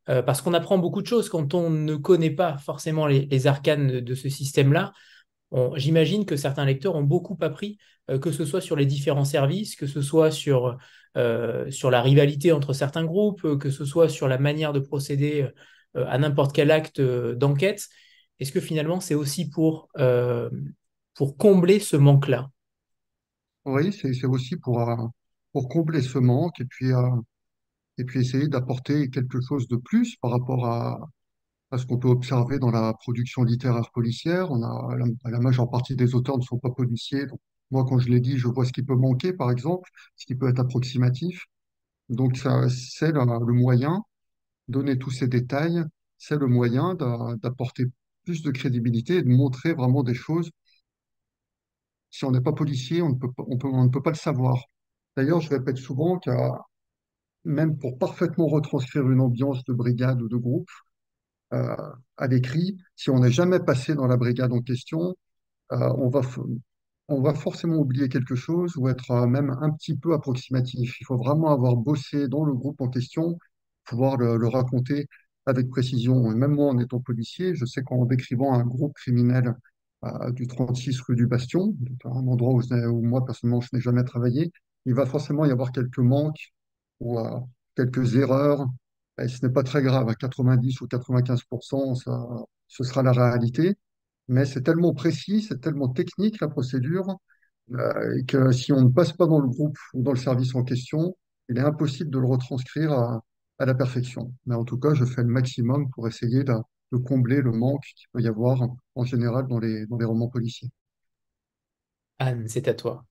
euh, parce qu'on apprend beaucoup de choses quand on ne connaît pas forcément les, les arcanes de, de ce système-là. On- J'imagine que certains lecteurs ont beaucoup appris, euh, que ce soit sur les différents services, que ce soit sur, euh, sur la rivalité entre certains groupes, euh, que ce soit sur la manière de procéder euh, à n'importe quel acte euh, d'enquête. Est-ce que finalement c'est aussi pour, euh, pour combler ce manque-là? Oui, c'est c'est aussi pour, euh, pour combler ce manque et puis, euh, et puis essayer d'apporter quelque chose de plus par rapport à, à ce qu'on peut observer dans la production littéraire policière. On a, la, la majeure partie des auteurs ne sont pas policiers. Donc, moi, quand je l'ai dit, je vois ce qui peut manquer, par exemple, ce qui peut être approximatif. Donc, ça, c'est le, le moyen, donner tous ces détails, c'est le moyen d'a- d'apporter plus de crédibilité et de montrer vraiment des choses. Si on n'est pas policier, on ne peut, pas- on peut, on ne peut pas le savoir. D'ailleurs, je répète souvent que même pour parfaitement retranscrire une ambiance de brigade ou de groupe euh, à l'écrit, si on n'est jamais passé dans la brigade en question, euh, on va, f- on va forcément oublier quelque chose ou être euh, même un petit peu approximatif. Il faut vraiment avoir bossé dans le groupe en question, pouvoir le, le raconter avec précision. Et même moi, en étant policier, je sais qu'en décrivant un groupe criminel euh, du trente-six rue du Bastion, un endroit où, je n'ai- où moi, personnellement, je n'ai jamais travaillé, il va forcément y avoir quelques manques ou euh, quelques erreurs. Et ce n'est pas très grave, à quatre-vingt-dix ou quatre-vingt-quinze pour cent, ça, ce sera la réalité. Mais c'est tellement précis, c'est tellement technique la procédure, euh, et que si on ne passe pas dans le groupe ou dans le service en question, il est impossible de le retranscrire à, à la perfection. Mais en tout cas, je fais le maximum pour essayer de, de combler le manque qu'il peut y avoir en général dans les, dans les romans policiers. Anne, c'est à toi.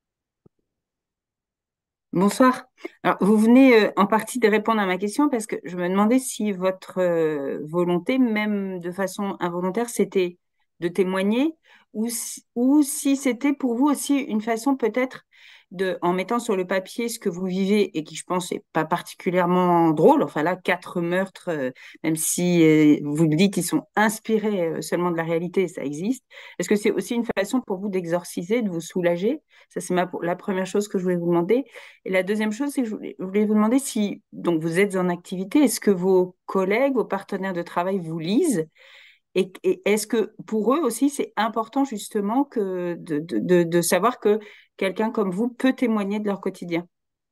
Bonsoir. Alors, vous venez euh, en partie de répondre à ma question parce que je me demandais si votre euh, volonté, même de façon involontaire, c'était de témoigner ou si, ou si c'était pour vous aussi une façon peut-être de, en mettant sur le papier ce que vous vivez et qui, je pense, n'est pas particulièrement drôle. Enfin là, quatre meurtres, euh, même si euh, vous le dites, ils sont inspirés euh, seulement de la réalité, ça existe. Est-ce que c'est aussi une façon pour vous d'exorciser, de vous soulager? Ça, c'est ma, la première chose que je voulais vous demander. Et la deuxième chose, c'est que je voulais, je voulais vous demander si, donc vous êtes en activité, est-ce que vos collègues, vos partenaires de travail vous lisent? Et, et est-ce que pour eux aussi, c'est important justement que de, de, de, de savoir que quelqu'un comme vous peut témoigner de leur quotidien?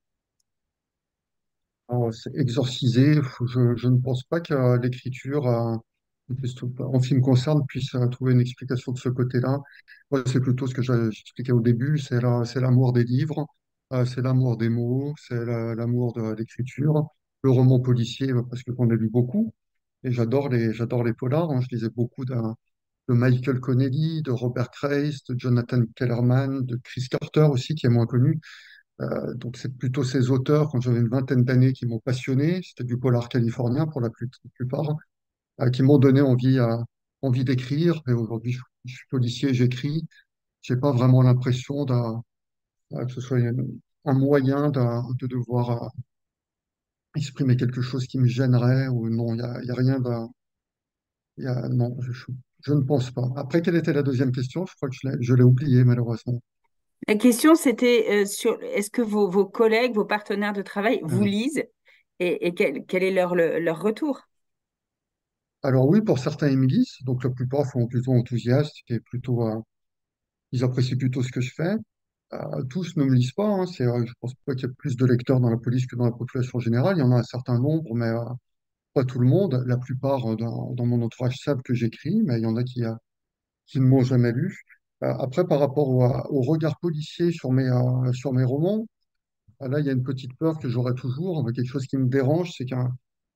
Alors, c'est exorcisé, je, je ne pense pas que euh, l'écriture, euh, puisse tout- en ce qui me concerne, puisse euh, trouver une explication de ce côté-là. Moi, c'est plutôt ce que j'ai- j'expliquais au début, c'est la- c'est l'amour des livres, euh, c'est l'amour des mots, c'est la- l'amour de l'écriture, le roman policier, euh, parce que j'en ai lu beaucoup, et j'adore les, j'adore les polars, hein. Je lisais beaucoup de, de Michael Connelly, de Robert Grace, de Jonathan Kellerman, de Chris Carter aussi, qui est moins connu. Euh, donc c'est plutôt ces auteurs, quand j'avais une vingtaine d'années, qui m'ont passionné. C'était du polar californien pour la plus- plupart, euh, qui m'ont donné envie, euh, envie d'écrire. Et aujourd'hui, je, je suis policier, j'écris. J'ai pas vraiment l'impression d'un- euh, que ce soit une- un moyen d'un- de devoir euh, exprimer quelque chose qui me gênerait ou non, il y a, il y a rien d'un, il y a- non, je, je- je ne pense pas. Après, quelle était la deuxième question? Je crois que je l'ai, je l'ai oubliée malheureusement. La question, c'était euh, sur est-ce que vos, vos collègues, vos partenaires de travail vous Euh, lisent et, et quel, quel est leur, le- leur retour? alors oui, pour certains, ils me lisent, donc la plupart sont plutôt enthousiastes et plutôt, euh, ils apprécient plutôt ce que je fais. Euh, tous ne me lisent pas, hein. C'est, euh, je pense pas qu'il y ait plus de lecteurs dans la police que dans la population générale. Il y en a un certain nombre, mais euh, pas tout le monde. La plupart euh, dans, dans mon entourage savent que j'écris, mais il y en a qui, euh, qui ne m'ont jamais lu. Euh, après, par rapport au, au regard policier sur mes, euh, sur mes romans, euh, là, il y a une petite peur que j'aurai toujours. Quelque chose qui me dérange, c'est qu'un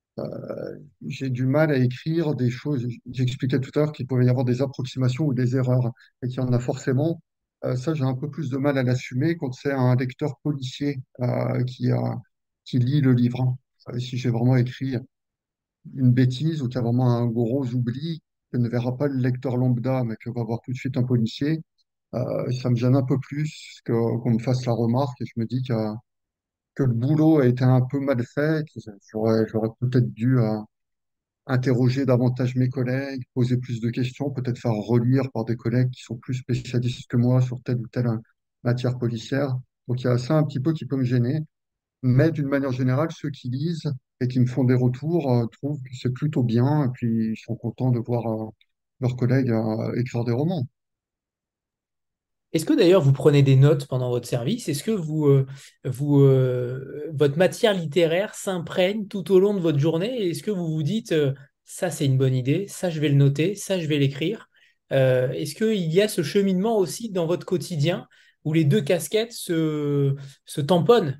j'ai du mal à écrire des choses. J'expliquais tout à l'heure qu'il pouvait y avoir des approximations ou des erreurs, et qu'il y en a forcément. Euh, ça, j'ai un peu plus de mal à l'assumer quand c'est un lecteur policier euh, qui, a, qui lit le livre. Euh, si j'ai vraiment écrit une bêtise ou qu'il y a vraiment un gros oubli que ne verra pas le lecteur lambda, mais que va voir tout de suite un policier, euh, ça me gêne un peu plus que, qu'on me fasse la remarque et je me dis que, que le boulot a été un peu mal fait, que j'aurais, j'aurais peut-être dû euh, interroger davantage mes collègues, poser plus de questions, peut-être faire relire par des collègues qui sont plus spécialistes que moi sur telle ou telle euh, matière policière. Donc il y a ça un petit peu qui peut me gêner. Mais d'une manière générale, ceux qui lisent et qui me font des retours, euh, trouvent que c'est plutôt bien, et puis ils sont contents de voir euh, leurs collègues euh, écrire des romans. Est-ce que d'ailleurs vous prenez des notes pendant votre service? Est-ce que vous, euh, vous, euh, votre matière littéraire s'imprègne tout au long de votre journée? Et est-ce que vous vous dites, euh, ça c'est une bonne idée, ça je vais le noter, ça je vais l'écrire? Euh, est-ce qu'il y a ce cheminement aussi dans votre quotidien où les deux casquettes se, se tamponnent?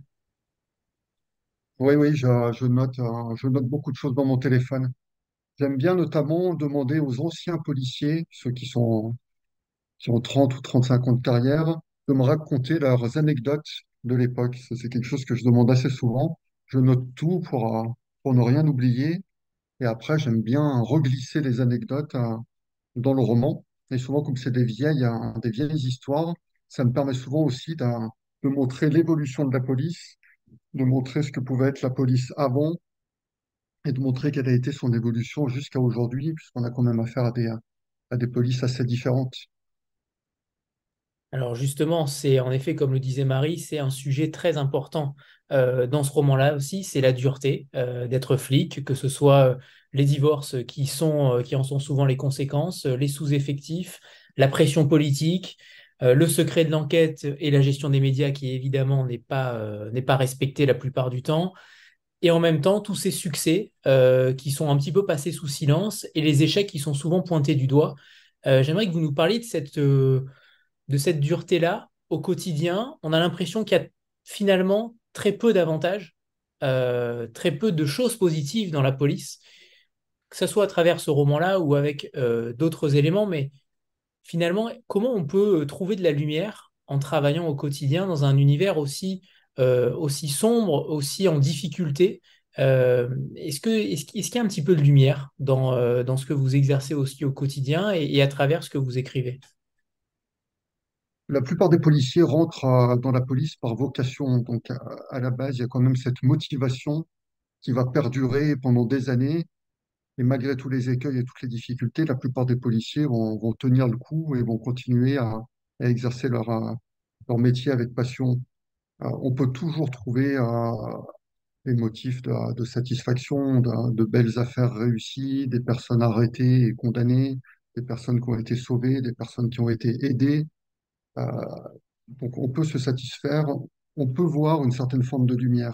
Oui, oui, je, je note, euh, je note beaucoup de choses dans mon téléphone. J'aime bien notamment demander aux anciens policiers, ceux qui sont, qui ont trente ou trente-cinq ans de carrière, de me raconter leurs anecdotes de l'époque. Ça, c'est quelque chose que je demande assez souvent. Je note tout pour, euh, pour ne rien oublier. Et après, j'aime bien reglisser les anecdotes euh, dans le roman. Et souvent, comme c'est des vieilles, euh, des vieilles histoires, ça me permet souvent aussi d'un- de montrer l'évolution de la police, de montrer ce que pouvait être la police avant et de montrer quelle a été son évolution jusqu'à aujourd'hui, puisqu'on a quand même affaire à des, à des polices assez différentes. Alors justement, c'est en effet, comme le disait Marie, c'est un sujet très important euh, dans ce roman-là aussi, c'est la dureté euh, d'être flic, que ce soit euh, les divorces qui sont, euh, qui en sont souvent les conséquences, euh, les sous-effectifs, la pression politique, euh, le secret de l'enquête et la gestion des médias qui évidemment n'est pas, euh, n'est pas respecté la plupart du temps, et en même temps tous ces succès euh, qui sont un petit peu passés sous silence et les échecs qui sont souvent pointés du doigt. Euh, j'aimerais que vous nous parliez de cette... euh, de cette dureté-là au quotidien, on a l'impression qu'il y a finalement très peu d'avantages, euh, très peu de choses positives dans la police, que ce soit à travers ce roman-là ou avec euh, d'autres éléments, mais finalement, comment on peut euh, trouver de la lumière en travaillant au quotidien dans un univers aussi, euh, aussi sombre, aussi en difficulté? Euh, est-ce que, est-ce, est-ce qu'il y a un petit peu de lumière dans, euh, dans ce que vous exercez aussi au quotidien et, et à travers ce que vous écrivez? La plupart des policiers rentrent euh, dans la police par vocation. Donc, à, à la base, il y a quand même cette motivation qui va perdurer pendant des années. Et malgré tous les écueils et toutes les difficultés, la plupart des policiers vont, vont tenir le coup et vont continuer à, à exercer leur, euh, leur métier avec passion. Euh, on peut toujours trouver euh, des motifs de, de satisfaction, de, de belles affaires réussies, des personnes arrêtées et condamnées, des personnes qui ont été sauvées, des personnes qui ont été aidées. Euh, donc on peut se satisfaire, on peut voir une certaine forme de lumière.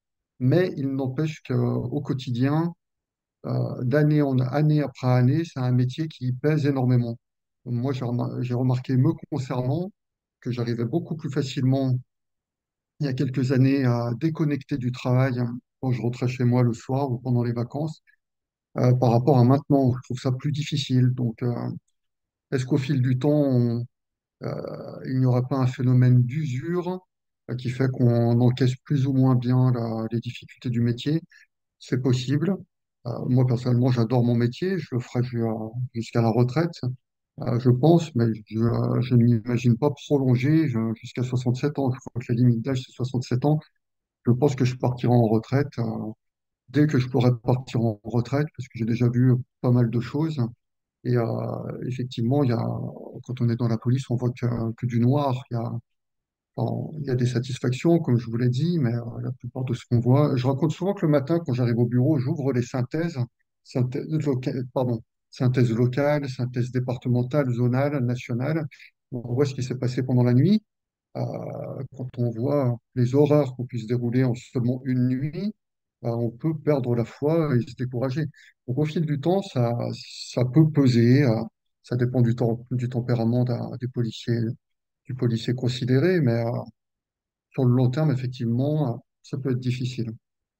Mais il n'empêche qu'au quotidien, euh, d'année en année après année, c'est un métier qui pèse énormément. Moi, j'ai remar- j'ai remarqué me concernant que j'arrivais beaucoup plus facilement il y a quelques années à déconnecter du travail hein, quand je rentrais chez moi le soir ou pendant les vacances, euh, par rapport à maintenant. Je trouve ça plus difficile. Donc, euh, est-ce qu'au fil du temps, on- euh, il n'y aura pas un phénomène d'usure euh, qui fait qu'on encaisse plus ou moins bien la- les difficultés du métier? C'est possible. Euh, moi, personnellement, j'adore mon métier. Je le ferai ju- euh, jusqu'à la retraite, euh, je pense, mais je, euh, je ne m'imagine pas prolonger je- jusqu'à soixante-sept ans. Je crois que la limite d'âge, c'est soixante-sept ans. Je pense que je partirai en retraite euh, dès que je pourrai partir en retraite, parce que j'ai déjà vu pas mal de choses. Et euh, effectivement, il y a, quand on est dans la police, on voit que, que du noir. Il y a, enfin, il y a des satisfactions, comme je vous l'ai dit, mais euh, la plupart de ce qu'on voit. Je raconte souvent que le matin, quand j'arrive au bureau, j'ouvre les synthèses, synthèses, loca- pardon, synthèse locale, synthèse départementale, zonale, nationale. On voit ce qui s'est passé pendant la nuit. Euh, Quand on voit les horreurs qu'on puisse dérouler en seulement une nuit, euh, on peut perdre la foi et se décourager. Donc, au fil du temps, ça, ça peut peser. euh, ça dépend du temps, du tempérament d'un- des policiers, du policier considéré, mais euh, sur le long terme, effectivement, euh, ça peut être difficile.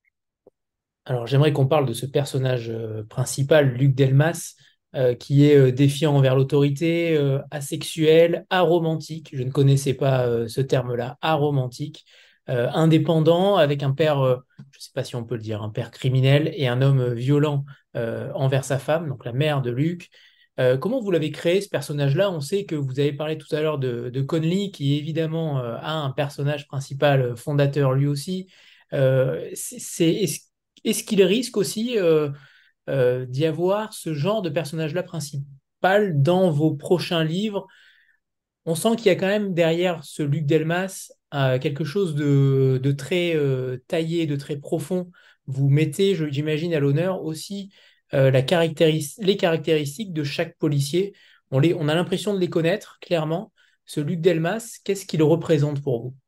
Alors, j'aimerais qu'on parle de ce personnage euh, principal, Luc Delmas, euh, qui est euh, défiant envers l'autorité, euh, asexuel, aromantique. Je ne connaissais pas euh, ce terme-là, aromantique, euh, indépendant, avec un père, euh, je ne sais pas si on peut le dire, un père criminel et un homme euh, violent euh, envers sa femme, donc la mère de Luc. Euh, comment vous l'avez créé, ce personnage-là? On sait que vous avez parlé tout à l'heure de, de Conley, qui évidemment euh, a un personnage principal euh, fondateur lui aussi. Euh, c'est, c'est- est-ce est-ce qu'il risque aussi euh, euh, d'y avoir ce genre de personnage-là principal dans vos prochains livres? On sent qu'il y a quand même derrière ce Luc Delmas euh, quelque chose de, de très euh, taillé, de très profond, vous mettez, je- j'imagine, à l'honneur aussi euh, la caractéris- les caractéristiques de chaque policier. On les, on a l'impression de les connaître clairement. Ce Luc Delmas, qu'est-ce qu'il représente pour vous?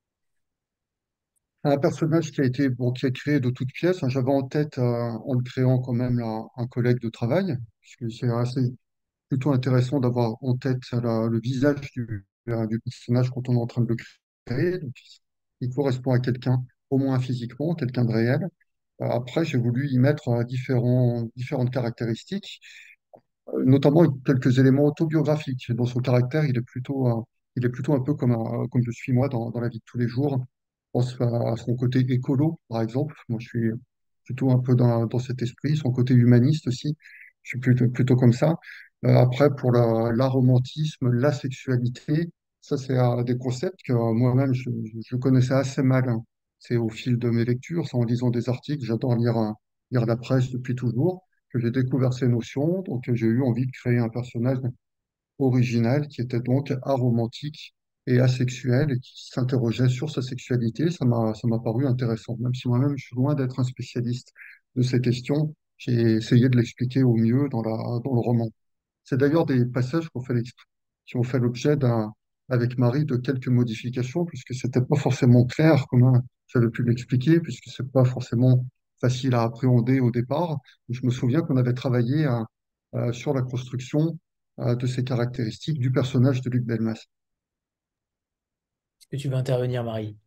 Un personnage qui a été, bon, qui est créé de toutes pièces, hein. J'avais en tête, euh, en le créant quand même, là, un collègue de travail, puisque c'est assez plutôt intéressant d'avoir en tête la- le visage du, euh, du personnage quand on est en train de le créer. Donc, il correspond à quelqu'un, au moins physiquement, quelqu'un de réel. Euh, Après, j'ai voulu y mettre euh, différents, différentes caractéristiques, euh, notamment quelques éléments autobiographiques. Dans son caractère, il est plutôt, euh, il est plutôt un peu comme, un- comme je suis moi dans, dans la vie de tous les jours. Je pense à, à son côté écolo, par exemple. Moi, je suis plutôt un peu dans, dans cet esprit. Son côté humaniste aussi. Je suis plutôt, plutôt comme ça. Euh, après, pour la, l'aromantisme, la sexualité, ça, c'est euh, des concepts que euh, moi-même, je, je connaissais assez mal, hein. C'est au fil de mes lectures, c'est en lisant des articles. J'adore lire, euh, lire la presse depuis toujours que j'ai découvert ces notions. Donc, j'ai eu envie de créer un personnage original qui était donc aromantique et asexuel et qui s'interrogeait sur sa sexualité. Ça m'a, ça m'a paru intéressant. Même si moi-même, je suis loin d'être un spécialiste de ces questions, j'ai essayé de l'expliquer au mieux dans la, dans le roman. C'est d'ailleurs des passages qu'on fait l'exp- qui ont fait l'objet d'un, avec Marie, de quelques modifications, puisque c'était pas forcément clair comment j'avais pu l'expliquer, puisque c'est pas forcément facile à appréhender au départ. Je me souviens qu'on avait travaillé à- à- sur la construction euh, de ces caractéristiques du personnage de Luc Delmas. Est-ce que tu veux intervenir, Marie?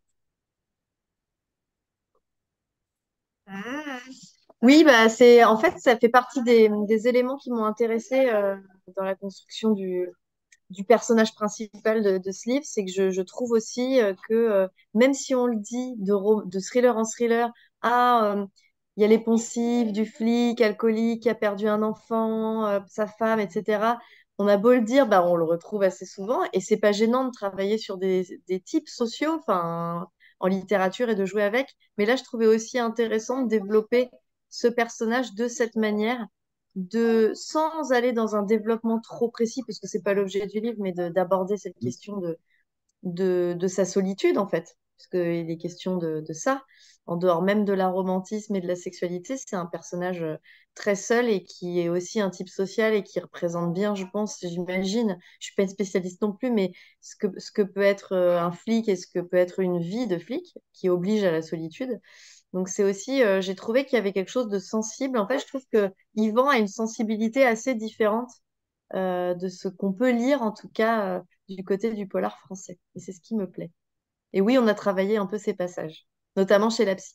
Oui, bah c'est en fait ça fait partie des, des éléments qui m'ont intéressée euh, dans la construction du, du personnage principal de, de ce livre, c'est que je, je trouve aussi euh, que euh, même si on le dit de, ro- de thriller en thriller, ah, euh, il y a les poncifs du flic alcoolique qui a perdu un enfant, euh, sa femme, et cetera. On a beau le dire, bah, on le retrouve assez souvent et c'est pas gênant de travailler sur des, des types sociaux, enfin, en littérature et de jouer avec. Mais là, je trouvais aussi intéressant de développer ce personnage de cette manière de, sans aller dans un développement trop précis, parce que c'est pas l'objet du livre, mais de- d'aborder cette question de, de, de sa solitude, en fait, parce qu'il est question de, de ça. En dehors même de la romantisme et de la sexualité, c'est un personnage euh, très seul et qui est aussi un type social et qui représente bien, je pense, j'imagine, je suis pas une spécialiste non plus, mais ce que, ce que peut être euh, un flic et ce que peut être une vie de flic qui oblige à la solitude. Donc c'est aussi, euh, j'ai trouvé qu'il y avait quelque chose de sensible. En fait, je trouve que Yvan a une sensibilité assez différente euh, de ce qu'on peut lire, en tout cas, euh, du côté du polar français. Et c'est ce qui me plaît. Et oui, on a travaillé un peu ces passages, notamment chez la psy.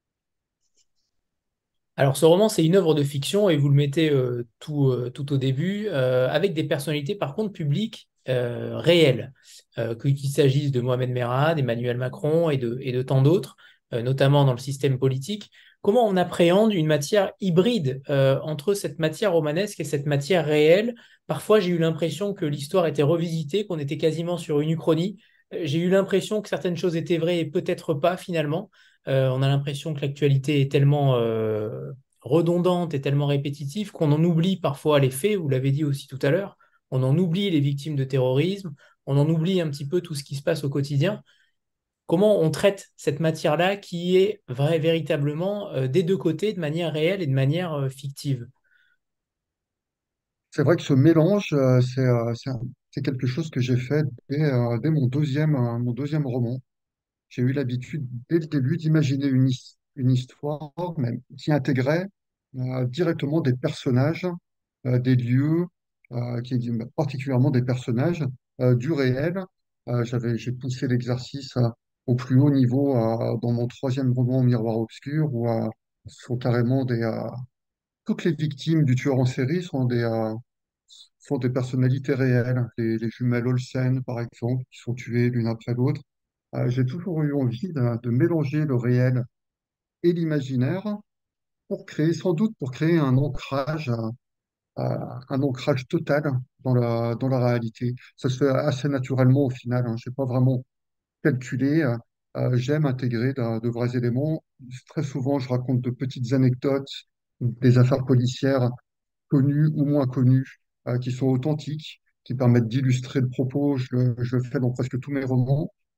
Alors, ce roman, c'est une œuvre de fiction et vous le mettez euh, tout, euh, tout au début, euh, avec des personnalités, par contre, publiques euh, réelles. Euh, que- qu'il s'agisse de Mohamed Merah, d'Emmanuel Macron et de, et de tant d'autres, euh, notamment dans le système politique. Comment on appréhende une matière hybride euh, entre cette matière romanesque et cette matière réelle? Parfois, j'ai eu l'impression que l'histoire était revisitée, qu'on était quasiment sur une uchronie. Euh, J'ai eu l'impression que certaines choses étaient vraies et peut-être pas finalement. Euh, on a l'impression que l'actualité est tellement euh, redondante et tellement répétitive qu'on en oublie parfois les faits, vous l'avez dit aussi tout à l'heure, on en oublie les victimes de terrorisme, on en oublie un petit peu tout ce qui se passe au quotidien. Comment on traite cette matière-là qui est vrai, véritablement euh, des deux côtés, de manière réelle et de manière euh, fictive? C'est vrai que ce mélange, euh, c'est euh, c'est un- c'est quelque chose que j'ai fait dès, euh, dès mon deuxième, euh, mon deuxième roman. J'ai eu l'habitude, dès le début, d'imaginer une, his- une histoire même, qui intégrait euh, directement des personnages, euh, des lieux, euh, qui, particulièrement des personnages euh, du réel. Euh, j'avais, j'ai poussé l'exercice euh, au plus haut niveau euh, dans mon troisième roman, Miroir obscur, où euh, sont carrément des, euh, toutes les victimes du tueur en série sont des, euh, sont des personnalités réelles. Les, les jumelles Olsen, par exemple, qui sont tuées l'une après l'autre. Euh, j'ai toujours eu envie de, de mélanger le réel et l'imaginaire pour créer, sans doute pour créer un ancrage, euh, un ancrage total dans la, dans la réalité. Ça se fait assez naturellement au final, hein. Je n'ai pas vraiment calculé. Euh, euh, j'aime intégrer de, de vrais éléments. Très souvent, je raconte de petites anecdotes, des affaires policières connues ou moins connues, euh, qui sont authentiques, qui permettent d'illustrer le propos. Je, le je le fais dans presque tous mes romans.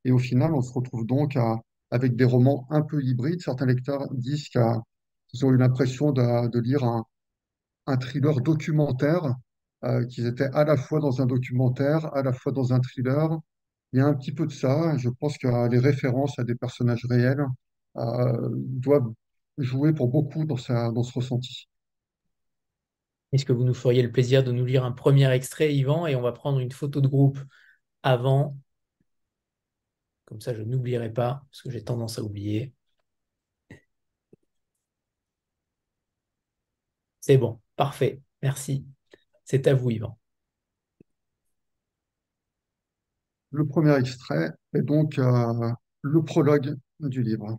Et au final, on se retrouve donc à- avec des romans un peu hybrides. Certains lecteurs disent qu'à- qu'ils ont eu l'impression de, de lire un, un thriller documentaire, euh, qu'ils étaient à la fois dans un documentaire, à la fois dans un thriller. Il y a un petit peu de ça. Je pense que euh, les références à des personnages réels euh, doivent jouer pour beaucoup dans sa, dans ce ressenti. Est-ce que vous nous feriez le plaisir de nous lire un premier extrait, Yvan, et on va prendre une photo de groupe avant, comme ça je n'oublierai pas, parce que j'ai tendance à oublier. C'est bon, parfait, merci. C'est à vous, Yvan. Le premier extrait est donc euh, le prologue du livre.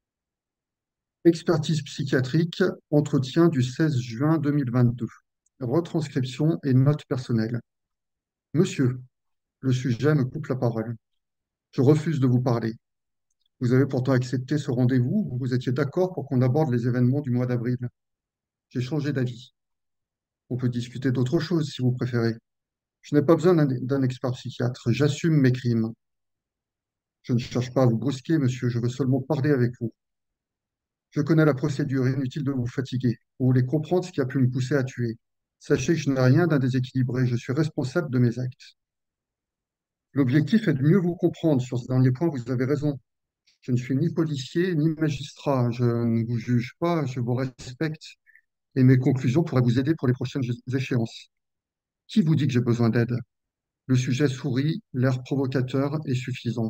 Expertise psychiatrique, entretien du seize juin deux mille vingt-deux. Retranscription et notes personnelles. Monsieur, le sujet me coupe la parole. Je refuse de vous parler. Vous avez pourtant accepté ce rendez-vous, vous étiez d'accord pour qu'on aborde les événements du mois d'avril. J'ai changé d'avis. On peut discuter d'autre chose si vous préférez. Je n'ai pas besoin d'un d'un expert psychiatre, j'assume mes crimes. Je ne cherche pas à vous brusquer, monsieur, je veux seulement parler avec vous. Je connais la procédure, inutile de vous fatiguer. Vous voulez comprendre ce qui a pu me pousser à tuer. Sachez que je n'ai rien d'un déséquilibré, je suis responsable de mes actes. L'objectif est de mieux vous comprendre. Sur ce dernier point, vous avez raison. Je ne suis ni policier ni magistrat. Je ne vous juge pas, je vous respecte et mes conclusions pourraient vous aider pour les prochaines échéances. Qui vous dit que j'ai besoin d'aide? Le sujet sourit, l'air provocateur est suffisant.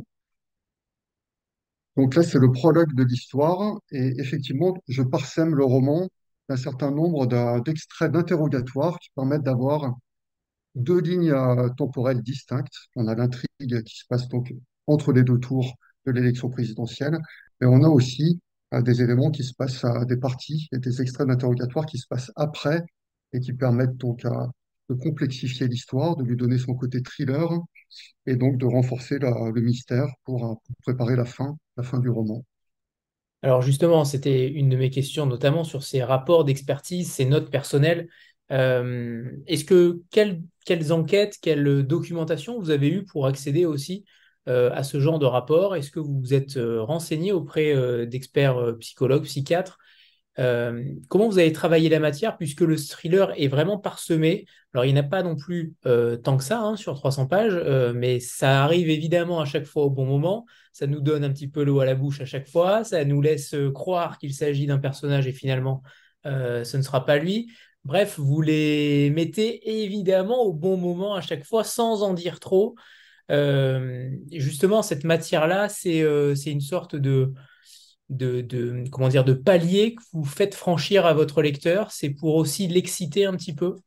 Donc là, c'est le prologue de l'histoire et effectivement, je parsème le roman d'un certain nombre d'a- d'extraits d'interrogatoires qui permettent d'avoir deux lignes euh, temporelles distinctes. On a l'intrigue qui se passe donc entre les deux tours de l'élection présidentielle, mais on a aussi euh, des éléments qui se passent à des parties et des extraits d'interrogatoire qui se passent après et qui permettent donc euh, de complexifier l'histoire, de lui donner son côté thriller et donc de renforcer la- le mystère pour, euh, pour préparer la fin, la fin du roman. Alors justement, c'était une de mes questions, notamment sur ces rapports d'expertise, ces notes personnelles. Euh, est-ce que quelles, quelles enquêtes, quelle documentation vous avez eu pour accéder aussi euh, à ce genre de rapport? Est-ce que vous vous êtes euh, renseigné auprès euh, d'experts euh, psychologues, psychiatres? Euh, comment vous avez travaillé la matière puisque le thriller est vraiment parsemé? Alors, il n'y en a pas non plus euh, tant que ça hein, sur trois cents pages, euh, mais ça arrive évidemment à chaque fois au bon moment. Ça nous donne un petit peu l'eau à la bouche à chaque fois. Ça nous laisse euh, croire qu'il s'agit d'un personnage et finalement, euh, ce ne sera pas lui. Bref, vous les mettez évidemment au bon moment à chaque fois sans en dire trop. Euh, et justement, cette matière-là, c'est euh, c'est une sorte de de, de, comment dire, de palier que vous faites franchir à votre lecteur, c'est pour aussi l'exciter un petit peu.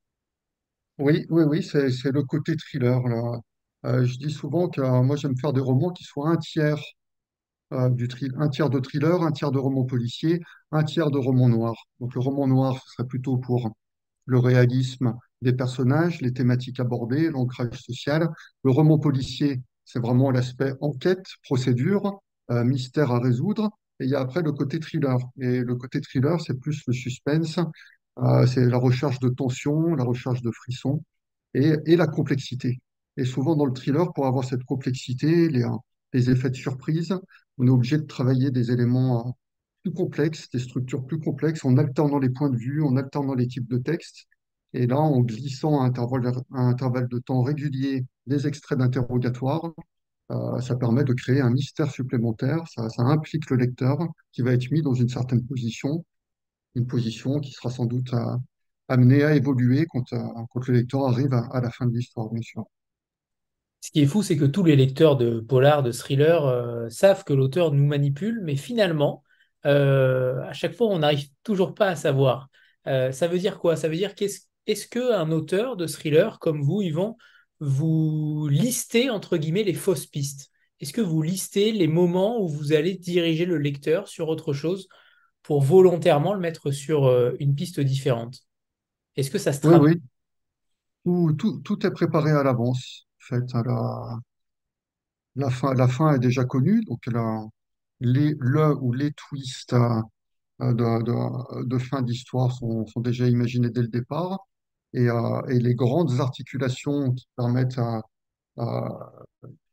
Oui, oui, oui, c'est, c'est le côté thriller, là. Euh, je dis souvent que euh, moi j'aime faire des romans qui soient un tiers euh, du thrill- un tiers de thriller, un tiers de roman policier, un tiers de roman noir. Donc le roman noir, ce serait plutôt pour le réalisme des personnages, les thématiques abordées, l'ancrage social. Le roman policier, c'est vraiment l'aspect enquête, procédure, euh, mystère à résoudre. Et il y a après le côté thriller. Et le côté thriller, c'est plus le suspense, euh, c'est la recherche de tension, la recherche de frisson et, et la complexité. Et souvent dans le thriller, pour avoir cette complexité, les, les effets de surprise, on est obligé de travailler des éléments euh, plus complexes, des structures plus complexes, en alternant les points de vue, en alternant les types de textes. Et là, en glissant à intervalles, à intervalles de temps réguliers des extraits d'interrogatoire, euh, ça permet de créer un mystère supplémentaire. Ça, ça implique le lecteur qui va être mis dans une certaine position, une position qui sera sans doute euh, amenée à évoluer quand, euh, quand le lecteur arrive à, à la fin de l'histoire, bien sûr. Ce qui est fou, c'est que tous les lecteurs de polar, de thriller, euh, savent que l'auteur nous manipule, mais finalement, euh, à chaque fois, on n'arrive toujours pas à savoir. Euh, ça veut dire quoi? Ça veut dire qu'est-ce, est-ce qu'un auteur de thriller comme vous, Yvan, vous listez, entre guillemets, les fausses pistes? Est-ce que vous listez les moments où vous allez diriger le lecteur sur autre chose pour volontairement le mettre sur euh, une piste différente? Est-ce que ça se Oui, travaille? oui, tout, tout, tout est préparé à l'avance. En fait, à la, la fin, la fin est déjà connue, donc la, les, le ou les twists euh, de, de, de fin d'histoire sont, sont déjà imaginés dès le départ. Et, euh, et les grandes articulations qui permettent à, à-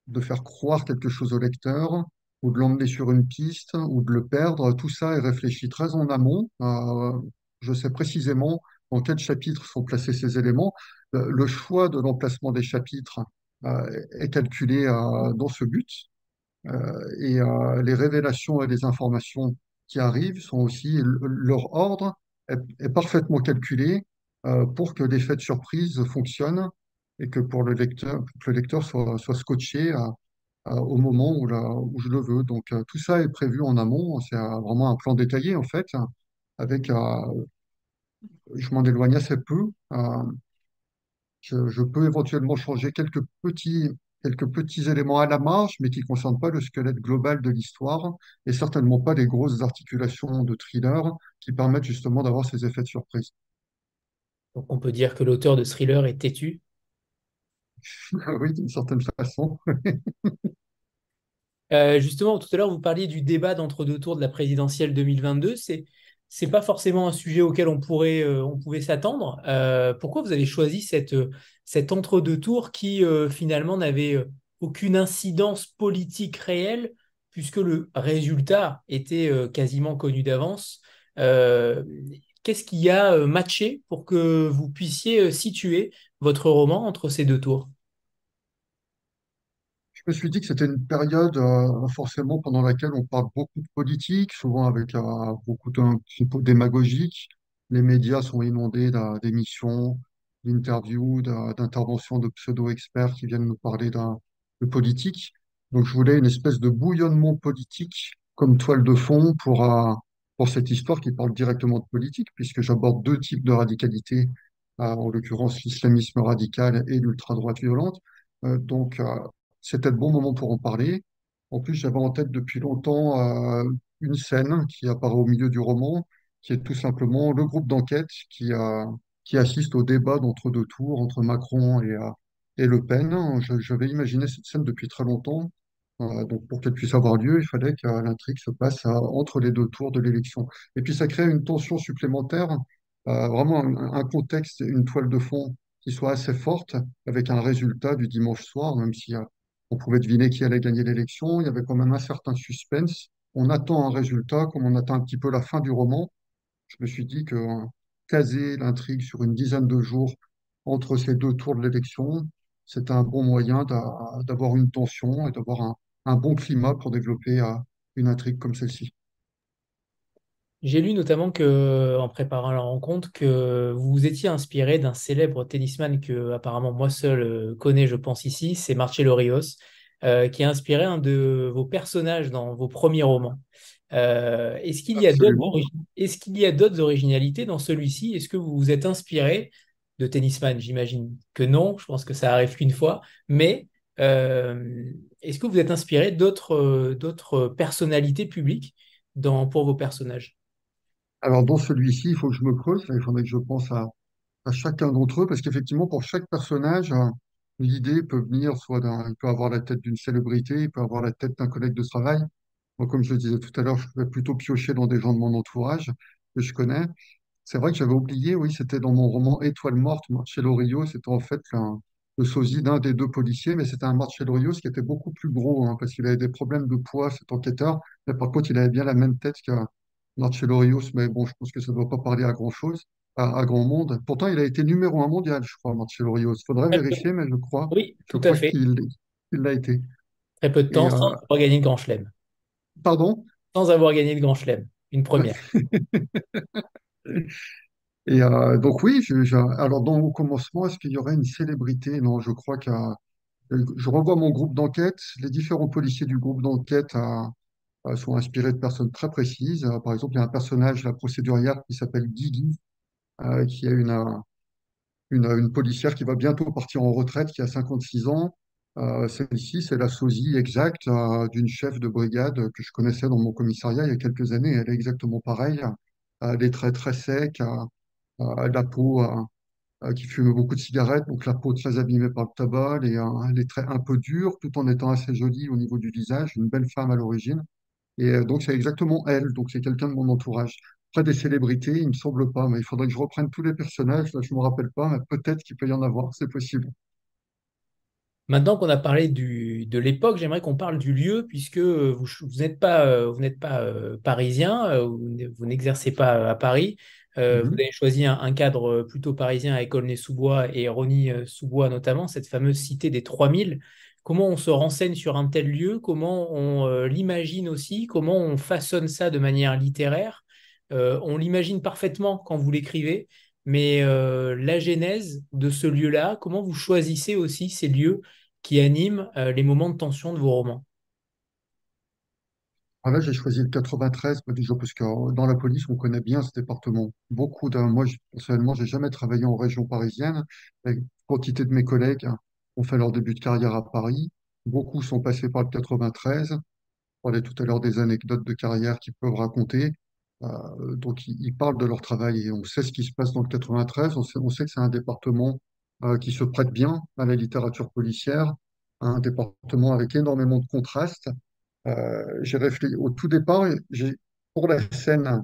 de faire croire quelque chose au lecteur, ou de l'emmener sur une piste, ou de le perdre. Tout ça est réfléchi très en amont. Euh, je sais précisément dans quel chapitre sont placés ces éléments. Le, le choix de l'emplacement des chapitres euh, est calculé euh, dans ce but. Euh, et euh, les révélations et les informations qui arrivent sont aussi, l- leur ordre est, est parfaitement calculé euh, pour que l'effet de surprise fonctionne et que pour le lecteur, que le lecteur soit, soit scotché à- à- au moment où, la- où je le veux. Donc euh, tout ça est prévu en amont. C'est euh, vraiment un plan détaillé en fait, avec, euh, je m'en éloigne assez peu. Euh, je, je peux éventuellement changer quelques petits, quelques petits éléments à la marge, mais qui ne concernent pas le squelette global de l'histoire et certainement pas les grosses articulations de thriller qui permettent justement d'avoir ces effets de surprise. Donc on peut dire que l'auteur de Thriller est têtu. Oui, d'une certaine façon. Euh, justement, tout à l'heure, vous parliez du débat d'entre-deux tours de la présidentielle deux mille vingt-deux. C'est, c'est pas forcément un sujet auquel on pourrait, euh, on pouvait s'attendre. Euh, pourquoi vous avez choisi cette, euh, cet entre-deux tours qui, euh, finalement, n'avait euh, aucune incidence politique réelle, puisque le résultat était, euh, quasiment connu d'avance? Euh, Qu'est-ce qui a, euh, matché pour que vous puissiez, euh, situer votre roman entre ces deux tours? Je me suis dit que c'était une période euh, forcément pendant laquelle on parle beaucoup de politique, souvent avec euh, beaucoup d'un petit peu démagogique. Les médias sont inondés d'a- d'émissions, d'interviews, d'a- d'interventions de pseudo-experts qui viennent nous parler d'un- de politique. Donc je voulais une espèce de bouillonnement politique comme toile de fond pour, euh, pour cette histoire qui parle directement de politique, puisque j'aborde deux types de radicalité, euh, en l'occurrence l'islamisme radical et l'ultra-droite violente. Euh, donc, euh, c'était le bon moment pour en parler. En plus, j'avais en tête depuis longtemps euh, une scène qui apparaît au milieu du roman, qui est tout simplement le groupe d'enquête qui, a, qui assiste au débat d'entre-deux tours entre Macron et, euh, et Le Pen. Je- J'avais imaginé cette scène depuis très longtemps. Euh, donc, pour qu'elle puisse avoir lieu, il fallait que l'intrigue se passe euh, entre les deux tours de l'élection. Et puis, ça crée une tension supplémentaire, euh, vraiment un, un contexte, une toile de fond qui soit assez forte, avec un résultat du dimanche soir, même si euh, on pouvait deviner qui allait gagner l'élection. Il y avait quand même un certain suspense. On attend un résultat, comme on attend un petit peu la fin du roman. Je me suis dit que euh, caser l'intrigue sur une dizaine de jours entre ces deux tours de l'élection, c'était un bon moyen d'a- d'avoir une tension et d'avoir un, un bon climat pour développer euh, une intrigue comme celle-ci. J'ai lu notamment que, en préparant la rencontre, que vous vous étiez inspiré d'un célèbre tennisman que apparemment moi seul euh, connais, je pense ici, c'est Marcelo Rios, euh, qui a inspiré un de vos personnages dans vos premiers romans. Euh, est-ce qu'il y a d'autres Absolument. origi- est-ce qu'il y a d'autres originalités dans celui-ci? Est-ce que vous vous êtes inspiré de tennisman? J'imagine que non, je pense que ça arrive qu'une fois, mais euh, est-ce que vous êtes inspiré d'autres euh, d'autres personnalités publiques dans, pour vos personnages? Alors, dans celui-ci, il faut que je me creuse. Il faudrait que je pense à, à chacun d'entre eux, parce qu'effectivement, pour chaque personnage, euh, l'idée peut venir soit d'un, il peut avoir la tête d'une célébrité, il peut avoir la tête d'un collègue de travail. Moi, comme je le disais tout à l'heure, je vais plutôt piocher dans des gens de mon entourage que je connais. C'est vrai que j'avais oublié, oui, c'était dans mon roman Étoile morte, Marcello Rios, c'était en fait un- le sosie d'un des deux policiers, mais c'était un Marcello Rios qui était beaucoup plus gros, hein, parce qu'il avait des problèmes de poids, cet enquêteur. Mais par contre, il avait bien la même tête qu'un Marcello Rios, mais bon, je pense que ça ne doit pas parler à grand-chose, à, à grand monde. Pourtant, il a été numéro un mondial, je crois, Marcello Rios. Il faudrait Très peu. vérifier, mais je crois, Oui, je tout à crois fait. qu'il il l'a été. Très peu de Et, temps sans euh, avoir gagné de Grand Chelem. pardon? Sans avoir gagné de Grand Chelem. Une première. Et euh, donc oui, je, je- alors dans au commencement, est-ce qu'il y aurait une célébrité? Non, je crois que je revois mon groupe d'enquête. Les différents policiers du groupe d'enquête euh, euh, sont inspirés de personnes très précises. Euh, par exemple, il y a un personnage, la procédurière, qui s'appelle Guigui, euh, qui est une, euh, une, une policière qui va bientôt partir en retraite, qui a cinquante-six ans. Euh, celle-ci, c'est la sosie exacte euh, d'une chef de brigade que je connaissais dans mon commissariat il y a quelques années. Elle est exactement pareille. Euh, des traits très secs, euh, euh, la peau euh, euh, qui fume beaucoup de cigarettes, donc la peau très abîmée par le tabac, les, euh, les traits un peu durs, tout en étant assez jolie au niveau du visage, une belle femme à l'origine. Et euh, donc c'est exactement elle, donc c'est quelqu'un de mon entourage. Après des célébrités, il me semble pas, mais il faudrait que je reprenne tous les personnages, là je me rappelle pas, mais peut-être qu'il peut y en avoir, c'est possible. Maintenant qu'on a parlé du, de l'époque, j'aimerais qu'on parle du lieu, puisque euh, vous, vous n'êtes pas, euh, vous n'êtes pas euh, parisien, euh, vous n- vous n'exercez pas à Paris. Euh, vous Mhm. avez choisi un, un cadre euh, plutôt parisien avec Aulnay-sous-Bois et Rosny-sous-Bois notamment, cette fameuse cité des trois mille. Comment on se renseigne sur un tel lieu? Comment on euh, l'imagine aussi? Comment on façonne ça de manière littéraire? Euh, on l'imagine parfaitement quand vous l'écrivez, mais euh, la genèse de ce lieu-là, comment vous choisissez aussi ces lieux qui anime euh, les moments de tension de vos romans? Ah là, j'ai choisi le quatre-vingt-treize, bah, déjà parce que euh, dans la police, on connaît bien ce département. Beaucoup d'un, moi, je- personnellement, j'ai jamais travaillé en région parisienne. La quantité de mes collègues hein, ont fait leur début de carrière à Paris. Beaucoup sont passés par le quatre-vingt-treize. On parlait tout à l'heure des anecdotes de carrière qu'ils peuvent raconter. Euh, donc, ils, ils parlent de leur travail et on sait ce qui se passe dans le quatre-vingt-treize. On sait, on sait que c'est un département euh, qui se prête bien à la littérature policière, un département avec énormément de contrastes. Euh, j'ai réfléchi au tout départ, j'ai, pour la scène,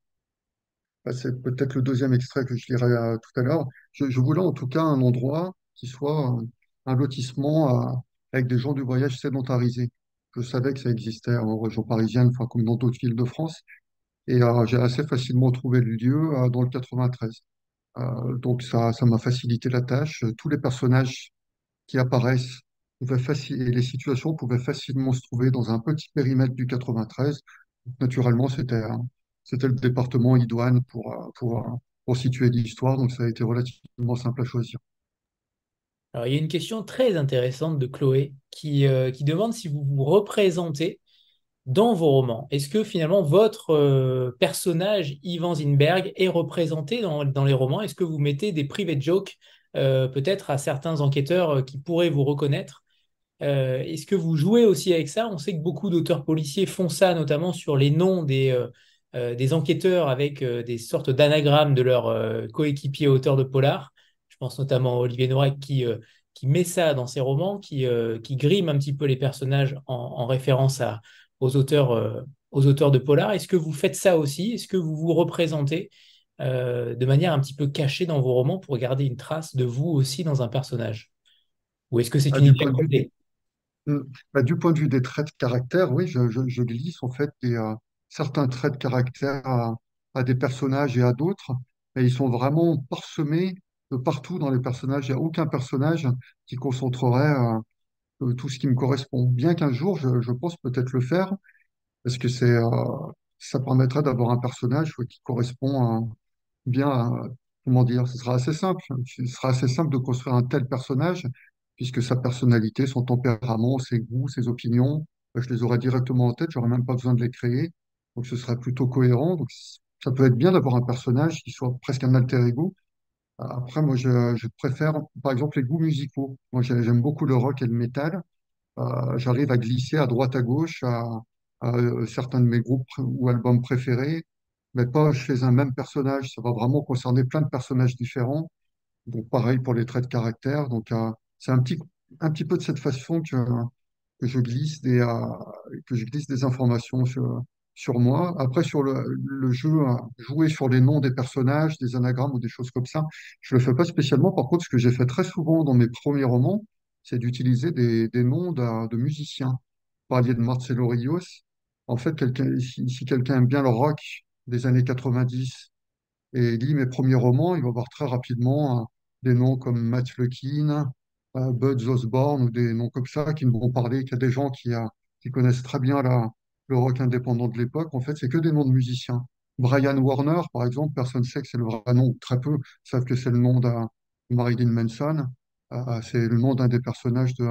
bah, c'est peut-être le deuxième extrait que je lirai euh, tout à l'heure, je, je voulais en tout cas un endroit qui soit euh, un lotissement euh, avec des gens du voyage sédentarisés. Je savais que ça existait en région parisienne, enfin, comme dans d'autres villes de France, et euh, j'ai assez facilement trouvé le lieu euh, dans le quatre-vingt-treize. Euh, donc ça, ça m'a facilité la tâche. Tous les personnages qui apparaissent pouvaient faci- et les situations pouvaient facilement se trouver dans un petit périmètre du quatre-vingt-treize. Naturellement, c'était euh, c'était le département idoine pour, euh, pour, euh, pour situer l'histoire, donc ça a été relativement simple à choisir. Alors, il y a une question très intéressante de Chloé qui, euh, qui demande si vous vous représentez dans vos romans. Est-ce que finalement votre euh, personnage, Ivan Zinberg, est représenté dans, dans les romans? Est-ce que vous mettez des private jokes euh, peut-être à certains enquêteurs euh, qui pourraient vous reconnaître? Euh, est-ce que vous jouez aussi avec ça? On sait que beaucoup d'auteurs policiers font ça, notamment sur les noms des, euh, euh, des enquêteurs avec euh, des sortes d'anagrammes de leurs euh, coéquipiers auteurs de polar. Je pense notamment à Olivier Norek qui, euh, qui met ça dans ses romans, qui, euh, qui grime un petit peu les personnages en, en référence à, aux auteurs, euh, aux auteurs de polar. Est-ce que vous faites ça aussi? Est-ce que vous vous représentez euh, de manière un petit peu cachée dans vos romans pour garder une trace de vous aussi dans un personnage? Ou est-ce que c'est Ah, une du idée point à de vue côté? Mm. Bah, du point de vue des traits de caractère, oui, je, je, je glisse en fait des, euh, certains traits de caractère à, à des personnages et à d'autres, et ils sont vraiment parsemés de partout dans les personnages. Il n'y a aucun personnage qui concentrerait euh, euh, tout ce qui me correspond. Bien qu'un jour, je, je pense peut-être le faire, parce que c'est, euh, ça permettrait d'avoir un personnage ouais, qui correspond euh, bien, à- comment dire, ce sera assez simple. Ce sera assez simple de construire un tel personnage, puisque sa personnalité, son tempérament, ses goûts, ses opinions, euh, je les aurais directement en tête, j'aurais même pas besoin de les créer. Donc ce serait plutôt cohérent. Donc c- ça peut être bien d'avoir un personnage qui soit presque un alter ego. Après, moi, je, je préfère, par exemple, les goûts musicaux. Moi, j'ai- j'aime beaucoup le rock et le métal. Euh, j'arrive à glisser à droite à gauche à, à, euh, certains de mes groupes ou albums préférés, mais pas chez un même personnage. Ça va vraiment concerner plein de personnages différents. Donc pareil pour les traits de caractère. Donc euh, c'est un petit, un petit peu de cette façon que, que je glisse des, euh, que je glisse des informations sur, sur moi. Après, sur le, le jeu, euh, jouer sur les noms des personnages, des anagrammes ou des choses comme ça, je le fais pas spécialement. Par contre, ce que j'ai fait très souvent dans mes premiers romans, c'est d'utiliser des, des noms de, de musiciens. Vous parliez de Marcelo Rios. En fait, quelqu'un, si, si quelqu'un aime bien le rock des années quatre-vingt-dix et lit mes premiers romans, il va voir très rapidement euh, des noms comme Matt Lekin, euh, Bud Osborne ou des noms comme ça qui ne vont parler qu'à des gens qui, euh, qui connaissent très bien la, le rock indépendant de l'époque. En fait, c'est que des noms de musiciens. Brian Warner, par exemple, personne ne sait que c'est le vrai nom, ou très peu savent que c'est le nom d'un de Marilyn Manson. Euh, c'est le nom d'un des personnages de,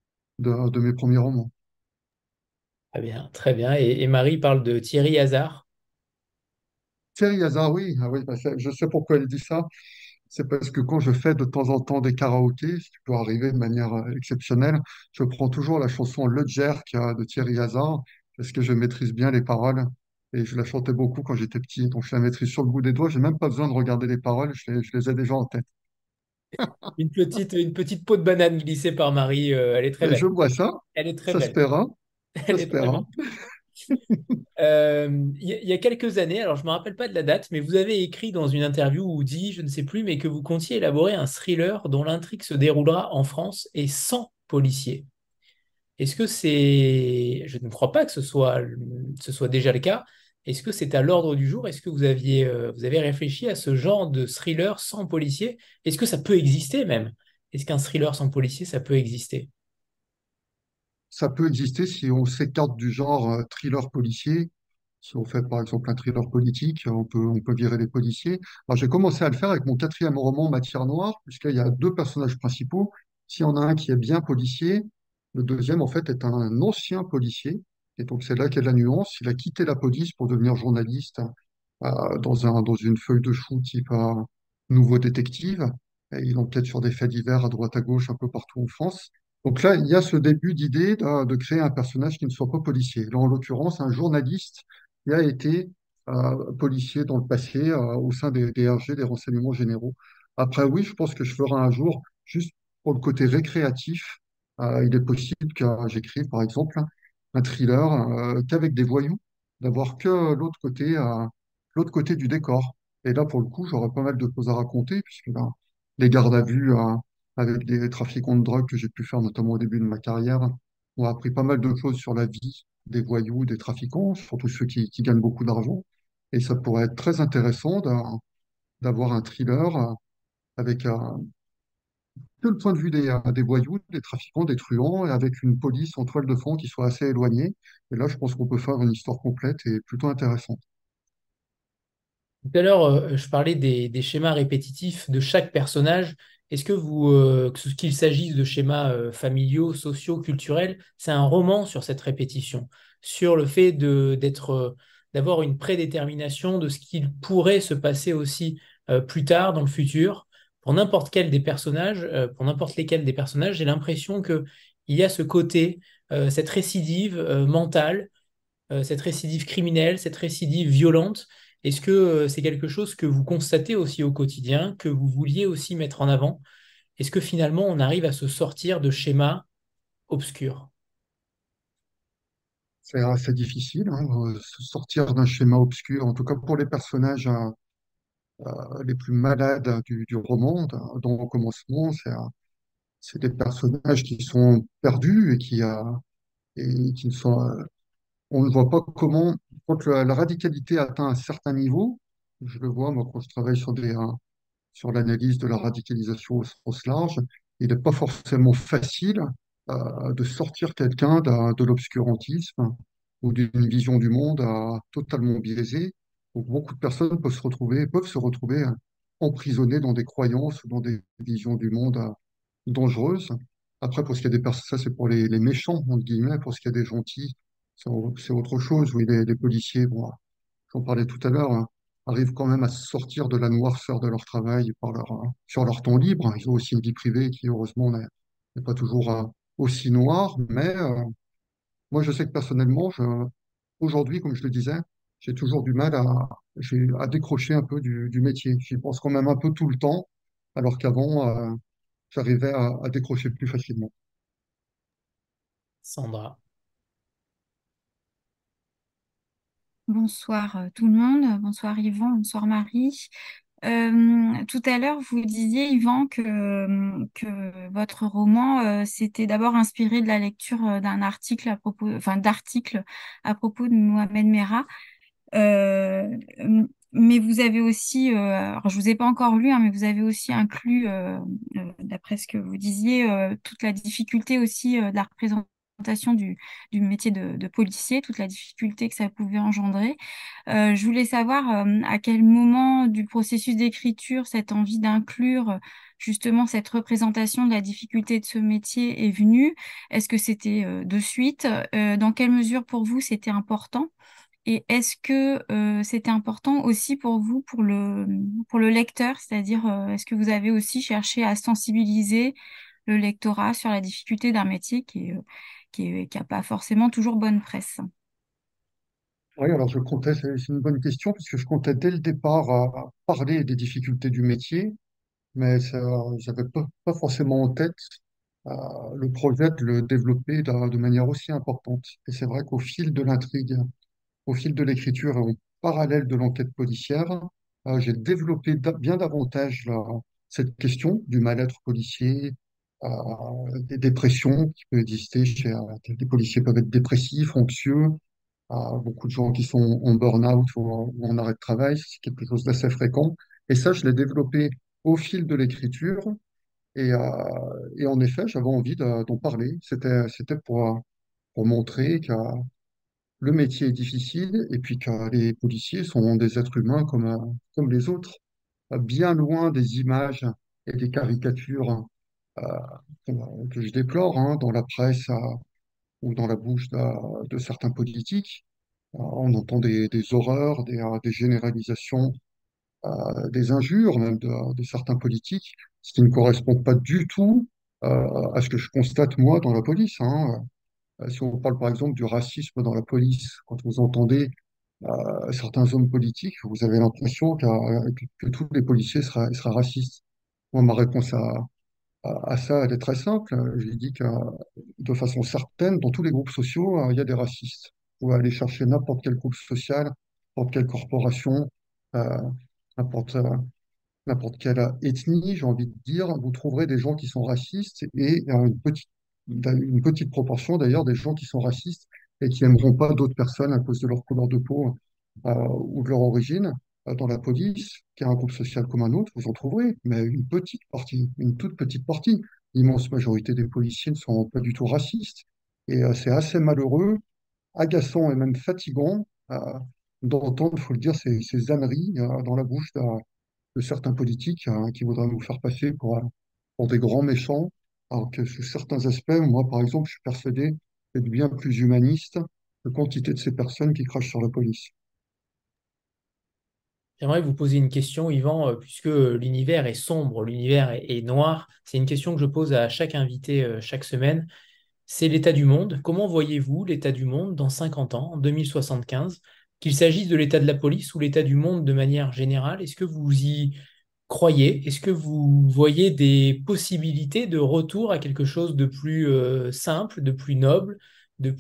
de, de mes premiers romans. Très bien, très bien. Et, et Marie parle de Thierry Hazard. Thierry Hazard, oui, ah oui, bah, c'est- je sais pourquoi elle dit ça. C'est parce que quand je fais de temps en temps des karaokés, ce qui peut arriver de manière euh, exceptionnelle, je prends toujours la chanson Le Jerk euh, de Thierry Hazard, parce que je maîtrise bien les paroles. Et je la chantais beaucoup quand j'étais petit, donc je la maîtrise sur le bout des doigts. J'ai même pas besoin de regarder les paroles, je les, je les ai déjà en tête. Une petite, une petite peau de banane glissée par Marie. Euh, elle est très Et belle. je vois ça, Elle est très ça se belle. paiera, ça Elle se est très paiera. belle. Euh, Il y, a il y a quelques années, alors je ne me rappelle pas de la date, mais vous avez écrit dans une interview ou dit, je ne sais plus, mais que vous comptiez élaborer un thriller dont l'intrigue se déroulera en France et sans policiers. Est-ce que c'est... Je ne crois pas que ce soit, ce soit déjà le cas. Est-ce que c'est à l'ordre du jour? Est-ce que vous aviez, euh, vous avez réfléchi à ce genre de thriller sans policier? Est-ce que ça peut exister même? Est-ce qu'un thriller sans policier, ça peut exister? Ça peut exister si on s'écarte du genre euh, thriller policier. Si on fait par exemple un thriller politique, on peut, on peut virer les policiers. Alors j'ai commencé à le faire avec mon quatrième roman Matière Noire, puisqu'il y a deux personnages principaux. S'il y en a un qui est bien policier, le deuxième en fait est un ancien policier. Et donc c'est là qu'est la nuance. Il a quitté la police pour devenir journaliste euh, dans un, dans une feuille de chou type euh, Nouveau Détective. Et il enquête sur des faits divers à droite à gauche un peu partout en France. Donc là, il y a ce début d'idée de, de créer un personnage qui ne soit pas policier. Là, en l'occurrence, un journaliste qui a été euh, policier dans le passé euh, au sein des, des R G, des renseignements généraux. Après, oui, je pense que je ferai un jour, juste pour le côté récréatif, euh, il est possible que j'écrive, par exemple, un thriller euh, qu'avec des voyous, d'avoir que l'autre côté, euh, l'autre côté du décor. Et là, pour le coup, j'aurais pas mal de choses à raconter, puisque là, les gardes à vue euh, avec des trafiquants de drogue que j'ai pu faire, notamment au début de ma carrière, ont appris pas mal de choses sur la vie des voyous, des trafiquants, surtout ceux qui, qui gagnent beaucoup d'argent. Et ça pourrait être très intéressant d'a- d'avoir un thriller euh, avec euh, que le point de vue des, euh, des voyous, des trafiquants, des truands, et avec une police en toile de fond qui soit assez éloignée. Et là, je pense qu'on peut faire une histoire complète et plutôt intéressante. Tout à l'heure, euh, je parlais des, des schémas répétitifs de chaque personnage. Est-ce que vous, euh, que ce- qu'il s'agisse de schémas euh, familiaux, sociaux, culturels, c'est un roman sur cette répétition, sur le fait de, d'être, euh, d'avoir une prédétermination de ce qu'il pourrait se passer aussi euh, plus tard dans le futur. Pour n'importe quel des personnages, euh, pour n'importe lesquels des personnages, j'ai l'impression que il y a ce côté, euh, cette récidive euh, mentale, euh, cette récidive criminelle, cette récidive violente. Est-ce que euh, c'est quelque chose que vous constatez aussi au quotidien, que vous vouliez aussi mettre en avant? Est-ce que finalement on arrive à se sortir de schémas obscurs? C'est assez difficile, hein, euh, se sortir d'un schéma obscur, en tout cas pour les personnages euh, euh, les plus malades du, du roman, dans dans le commencement, c'est euh, c'est des personnages qui sont perdus et qui, euh, et qui ne sont, euh, on ne voit pas comment, quand la, la radicalité atteint un certain niveau, je le vois, moi, quand je travaille sur des, euh, sur l'analyse de la radicalisation au sens large, il n'est pas forcément facile euh, de sortir quelqu'un d'un- de l'obscurantisme ou d'une vision du monde euh, totalement biaisée. Donc, beaucoup de personnes peuvent se retrouver, peuvent se retrouver euh, emprisonnées dans des croyances ou dans des visions du monde euh, dangereuses. Après, pour ce qui est des personnes, ça c'est pour les, les méchants, entre guillemets, pour ce qui est des gentils, c'est au- c'est autre chose. Oui, les, les policiers, bon, j'en parlais tout à l'heure, hein, arrivent quand même à sortir de la noirceur de leur travail par leur, euh, sur leur temps libre. Ils ont aussi une vie privée qui, heureusement, n'est n'est pas toujours euh, aussi noire. Mais euh, moi, je sais que personnellement, je, aujourd'hui, comme je le disais, j'ai toujours du mal à, j'ai- à décrocher un peu du, du métier. J'y pense quand même un peu tout le temps, alors qu'avant, euh, j'arrivais à, à décrocher plus facilement. Sandra. Bonsoir euh, tout le monde, bonsoir Yvan, bonsoir Marie. Euh, tout à l'heure, vous disiez, Yvan, que, que votre roman euh, s'était d'abord inspiré de la lecture euh, d'un article à propos, enfin d'articles à propos de Mohamed Merah. Euh, mais vous avez aussi, euh, alors je vous ai pas encore lu, hein, mais vous avez aussi inclus, euh, euh, d'après ce que vous disiez, euh, toute la difficulté aussi euh, de la représentation du, du métier de, de policier, toute la difficulté que ça pouvait engendrer. Euh, je voulais savoir euh, à quel moment du processus d'écriture cette envie d'inclure euh, justement cette représentation de la difficulté de ce métier est venue. Est-ce que c'était euh, de suite? Euh, dans quelle mesure pour vous c'était important? Et est-ce que euh, c'était important aussi pour vous, pour le, pour le lecteur, c'est-à-dire euh, est-ce que vous avez aussi cherché à sensibiliser le lectorat sur la difficulté d'un métier qui est, euh, qui est- qui a pas forcément toujours bonne presse? Oui, alors je comptais, c'est c'est une bonne question, puisque je comptais dès le départ à parler des difficultés du métier, mais ça, j'avais pas, pas forcément en tête euh, le projet de le développer de, de manière aussi importante. Et c'est vrai qu'au fil de l'intrigue, au fil de l'écriture et en parallèle de l'enquête policière, euh, j'ai développé da- bien davantage la- cette question du mal-être policier, euh, des dépressions qui peuvent exister chez euh, les policiers peuvent être dépressifs, anxieux, euh, beaucoup de gens qui sont en burn-out ou, ou en arrêt de travail, c'est quelque chose d'assez fréquent. Et ça, je l'ai développé au fil de l'écriture. Et, euh, et en effet, j'avais envie de- d'en parler. C'était, c'était pour, pour montrer que le métier est difficile et puis que les policiers sont des êtres humains comme, euh, comme les autres, euh, bien loin des images et des caricatures euh, que que je déplore hein, dans la presse euh, ou dans la bouche de, de certains politiques. Euh, on entend des, des horreurs, des, euh, des généralisations, euh, des injures même de, de certains politiques, ce qui ne correspond pas du tout euh, à ce que je constate moi dans la police. Hein. Euh, Si on parle par exemple du racisme dans la police, quand vous entendez euh, certains hommes politiques, vous avez l'impression qu'à- que, que tous les policiers seraient, seraient racistes. Moi, ma réponse à, à, à ça, elle est très simple. J'ai dit que de façon certaine, dans tous les groupes sociaux, euh, il y a des racistes. Vous pouvez aller chercher n'importe quel groupe social, n'importe quelle corporation, euh, n'importe euh, n'importe quelle ethnie, j'ai envie de dire, vous trouverez des gens qui sont racistes et euh, une petite, une petite proportion d'ailleurs des gens qui sont racistes et qui n'aimeront pas d'autres personnes à cause de leur couleur de peau euh, ou de leur origine. Euh, Dans la police, qui est un groupe social comme un autre, vous en trouverez, mais une petite partie, une toute petite partie. L'immense majorité des policiers ne sont pas du tout racistes. Et euh, c'est assez malheureux, agaçant et même fatigant euh, d'entendre, il faut le dire, ces, ces âneries euh, dans la bouche d'un de certains politiques hein, qui voudraient nous faire passer pour, euh, pour des grands méchants, alors que sous certains aspects, moi par exemple, je suis persuadé d'être bien plus humaniste que quantité de ces personnes qui crachent sur la police. J'aimerais vous poser une question, Yvan, euh, puisque l'univers est sombre, l'univers est, est noir. C'est une question que je pose à chaque invité euh, chaque semaine. C'est l'état du monde. Comment voyez-vous l'état du monde dans cinquante ans, en deux mille soixante-quinze, qu'il s'agisse de l'état de la police ou l'état du monde de manière générale? Est-ce que vous y croyez? Est-ce que vous voyez des possibilités de retour à quelque chose de plus euh, simple, de plus noble, de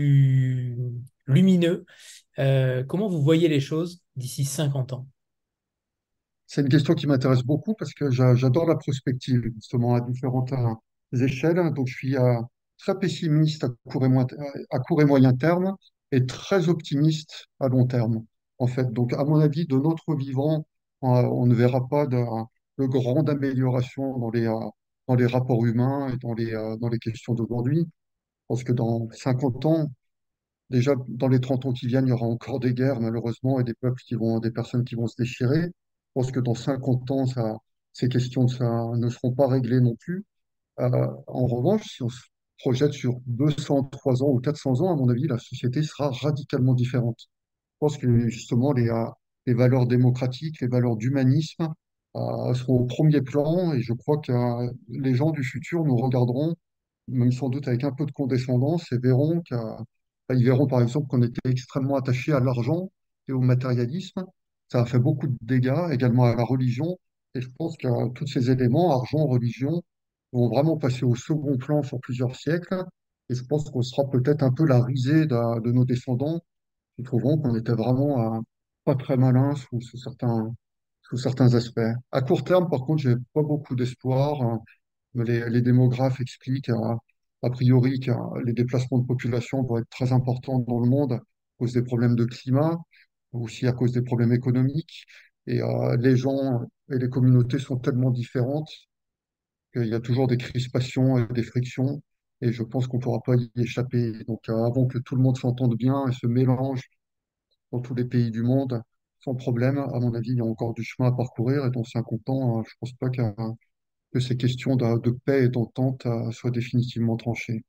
plus lumineux? Euh, comment vous voyez les choses d'ici cinquante ans? C'est une question qui m'intéresse beaucoup parce que j'a- j'adore la prospective, justement, à différentes euh, échelles. Donc, je suis euh, très pessimiste à court et, moyen, à court et moyen terme et très optimiste à long terme, en fait. Donc, à mon avis, de notre vivant, euh, on ne verra pas de, de grande amélioration dans les, euh, dans les rapports humains et dans les, euh, dans les questions d'aujourd'hui. Je pense que dans cinquante ans, déjà, dans les trente ans qui viennent, il y aura encore des guerres, malheureusement, et des peuples qui vont, des personnes qui vont se déchirer. Je pense que dans cinquante ans, ça, ces questions de ça ne seront pas réglées non plus. Euh, en revanche, si on se projette sur deux cents, trois ans ou quatre cents ans, à mon avis, la société sera radicalement différente. Je pense que justement, les, euh, les valeurs démocratiques, les valeurs d'humanisme euh, seront au premier plan et je crois que euh, les gens du futur nous regarderont, même sans doute avec un peu de condescendance, et verront que, euh, ils verront par exemple qu'on était extrêmement attaché à l'argent et au matérialisme. Ça a fait beaucoup de dégâts également à la religion et je pense que euh, tous ces éléments, argent, religion, vont vraiment passer au second plan sur plusieurs siècles. Et je pense qu'on sera peut-être un peu la risée de, de nos descendants qui trouveront qu'on était vraiment euh, pas très malin sous, sous certains, sous certains aspects. À court terme, par contre, j'ai pas beaucoup d'espoir. euh, mais Les, les démographes expliquent euh, a priori que euh, les déplacements de population vont être très importants dans le monde à cause des problèmes de climat, aussi à cause des problèmes économiques. Et euh, les gens et les communautés sont tellement différentes qu'il y a toujours des crispations et des frictions. Et je pense qu'on ne pourra pas y échapper. Donc, euh, avant que tout le monde s'entende bien et se mélange dans tous les pays du monde sans problème. À mon avis, il y a encore du chemin à parcourir et dans cinquante ans, euh, je ne pense pas que, que ces questions de, de paix et d'entente euh, soient définitivement tranchées.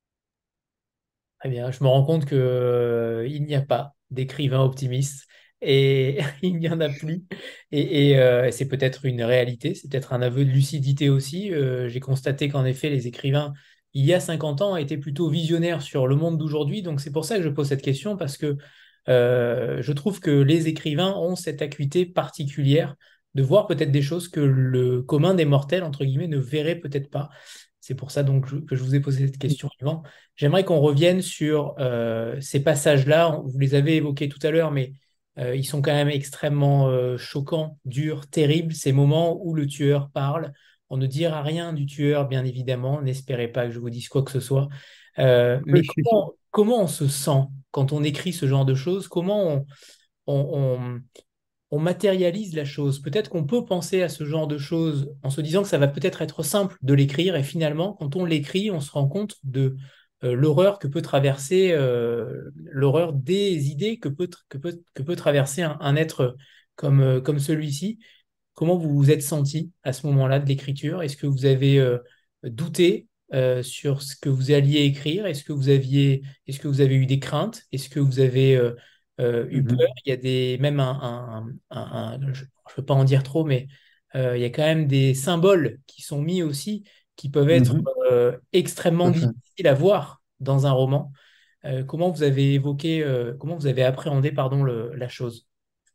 Eh bien, je me rends compte que, euh, il n'y a pas d'écrivain optimiste et il n'y en a plus. Et, et, euh, c'est peut-être une réalité, c'est peut-être un aveu de lucidité aussi. Euh, j'ai constaté qu'en effet, les écrivains, il y a cinquante ans, étaient plutôt visionnaires sur le monde d'aujourd'hui. Donc, c'est pour ça que je pose cette question, parce que euh, je trouve que les écrivains ont cette acuité particulière de voir peut-être des choses que le commun des mortels, entre guillemets, ne verrait peut-être pas. C'est pour ça donc je- que je vous ai posé cette question, Yvan. J'aimerais qu'on revienne sur euh, ces passages-là. Vous les avez évoqués tout à l'heure, mais euh, ils sont quand même extrêmement euh, choquants, durs, terribles. Ces moments où le tueur parle, On ne dira rien du tueur, bien évidemment. N'espérez pas que je vous dise quoi que ce soit. Euh, mais comment, comment on se sent quand on écrit ce genre de choses? Comment on, on, on- on matérialise la chose? Peut-être qu'on peut penser à ce genre de choses en se disant que ça va peut-être être simple de l'écrire. Et finalement, quand on l'écrit, on se rend compte de euh, l'horreur que peut traverser, euh, l'horreur des idées que peut, que peut, que peut traverser un, un être comme, euh, comme celui-ci. Comment vous vous êtes senti à ce moment-là de l'écriture? Est-ce que vous avez euh, douté euh, sur ce que vous alliez écrire? Est-ce que vous aviez, est-ce que vous avez eu des craintes? Est-ce que vous avez euh, euh, eu peur? Mhm, Il y a des, même un, un- un- un- je ne peux pas en dire trop, mais euh, il y a quand même des symboles qui sont mis aussi, qui peuvent être mhm, euh, tout extrêmement à fait. difficiles à voir dans un roman. Euh, comment vous avez évoqué, euh, comment vous avez appréhendé, pardon, le- la chose?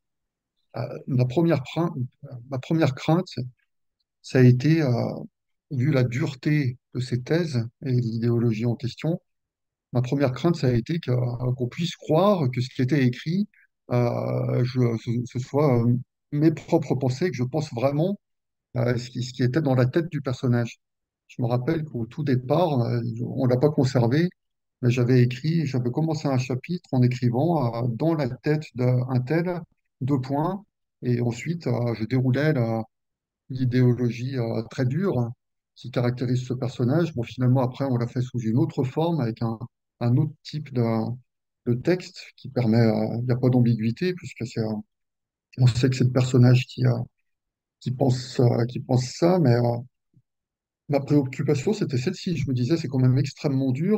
Euh, ma première crainte, ma première crainte, ça a été, euh, vu la dureté de ces thèses et l'idéologie en question, ma première crainte, ça a été que- qu'on puisse croire que ce qui était écrit, euh, je- ce, ce soit euh, mes propres pensées, que je pense vraiment euh, ce qui, ce qui était dans la tête du personnage. Je me rappelle qu'au tout départ, euh, on l'a pas conservé, mais j'avais écrit, j'avais commencé un chapitre en écrivant euh, dans la tête d'un tel, deux points, et ensuite euh, je déroulais la- l'idéologie euh, très dure qui caractérise ce personnage. Bon, finalement, après, on l'a fait sous une autre forme, avec un, un autre type de, de texte qui permet, euh, il n'y a pas d'ambiguïté, puisque c'est, un- on sait que c'est le personnage qui, euh, qui pense, euh, qui pense ça, mais euh, ma préoccupation, c'était celle-ci. Je me disais, c'est quand même extrêmement dur.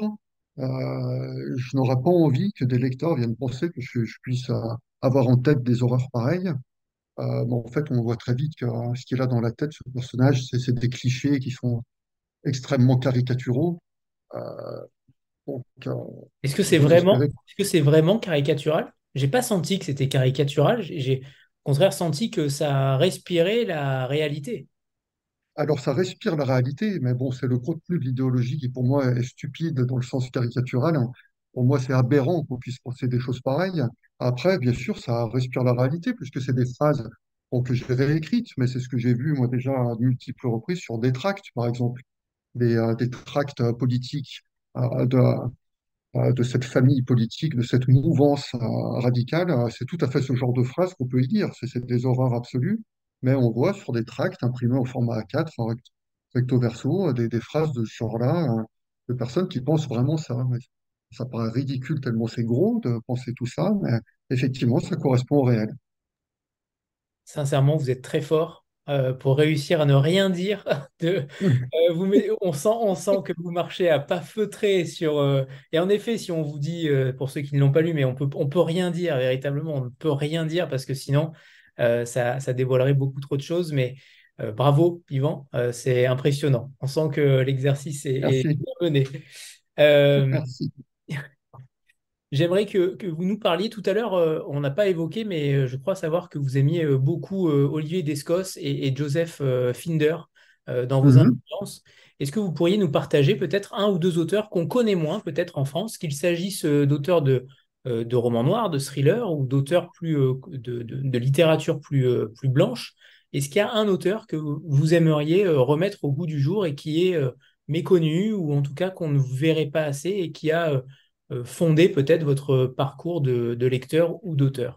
Euh, je n'aurais pas envie que des lecteurs viennent penser que je, je puisse euh, avoir en tête des horreurs pareilles. Euh, mais en fait, on voit très vite que euh, ce qu'il a dans la tête, ce personnage, c'est c'est des clichés qui sont extrêmement caricaturaux. Euh, donc, euh, Est-ce que c'est j'ai vraiment, espéré. est-ce que c'est vraiment caricatural? J'ai pas senti que c'était caricatural. J'ai j'ai, au contraire senti que ça respirait la réalité. Alors, ça respire la réalité, mais bon, c'est le contenu de l'idéologie qui, pour moi, est stupide dans le sens caricatural. Pour moi, c'est aberrant qu'on puisse penser des choses pareilles. Après, bien sûr, ça respire la réalité, puisque c'est des phrases bon, que j'ai réécrites, mais c'est ce que j'ai vu, moi, déjà à de multiples reprises sur des tracts, par exemple, des, euh, des tracts euh, politiques euh, de, euh, de cette famille politique, de cette mouvance euh, radicale. Euh, C'est tout à fait ce genre de phrase qu'on peut y dire. C'est c'est des horreurs absolues, mais on voit sur des tracts imprimés au format A quatre, en rect- recto verso, euh, des, des phrases de ce genre-là, euh, de personnes qui pensent vraiment ça. Mais ça paraît ridicule tellement c'est gros de penser tout ça, mais effectivement, ça correspond au réel. Sincèrement, vous êtes très fort euh, pour réussir à ne rien dire. De, euh, vous met- on sent, on sent que vous marchez à pas feutrer sur. euh, et en effet, si on vous dit, euh, pour ceux qui ne l'ont pas lu, mais on peut, on peut rien dire véritablement, on ne peut rien dire parce que sinon, euh, ça, ça dévoilerait beaucoup trop de choses. Mais euh, bravo, Yvan, euh, c'est impressionnant. On sent que l'exercice est, est Merci, bien mené. Euh, merci. J'aimerais que, que vous nous parliez tout à l'heure, euh, on n'a pas évoqué, mais euh, je crois savoir que vous aimiez euh, beaucoup euh, Olivier Descos et, et Joseph euh, Finder euh, dans vos Mhm. influences. Est-ce que vous pourriez nous partager peut-être un ou deux auteurs qu'on connaît moins, peut-être en France, qu'il s'agisse euh, d'auteurs de, euh, de romans noirs, de thrillers ou d'auteurs plus euh, de, de- de littérature plus, euh, plus blanche? Est-ce qu'il y a un auteur que vous aimeriez euh, remettre au goût du jour et qui est euh, méconnu ou en tout cas qu'on ne verrait pas assez et qui a euh, euh, fonder peut-être votre parcours de, de lecteur ou d'auteur.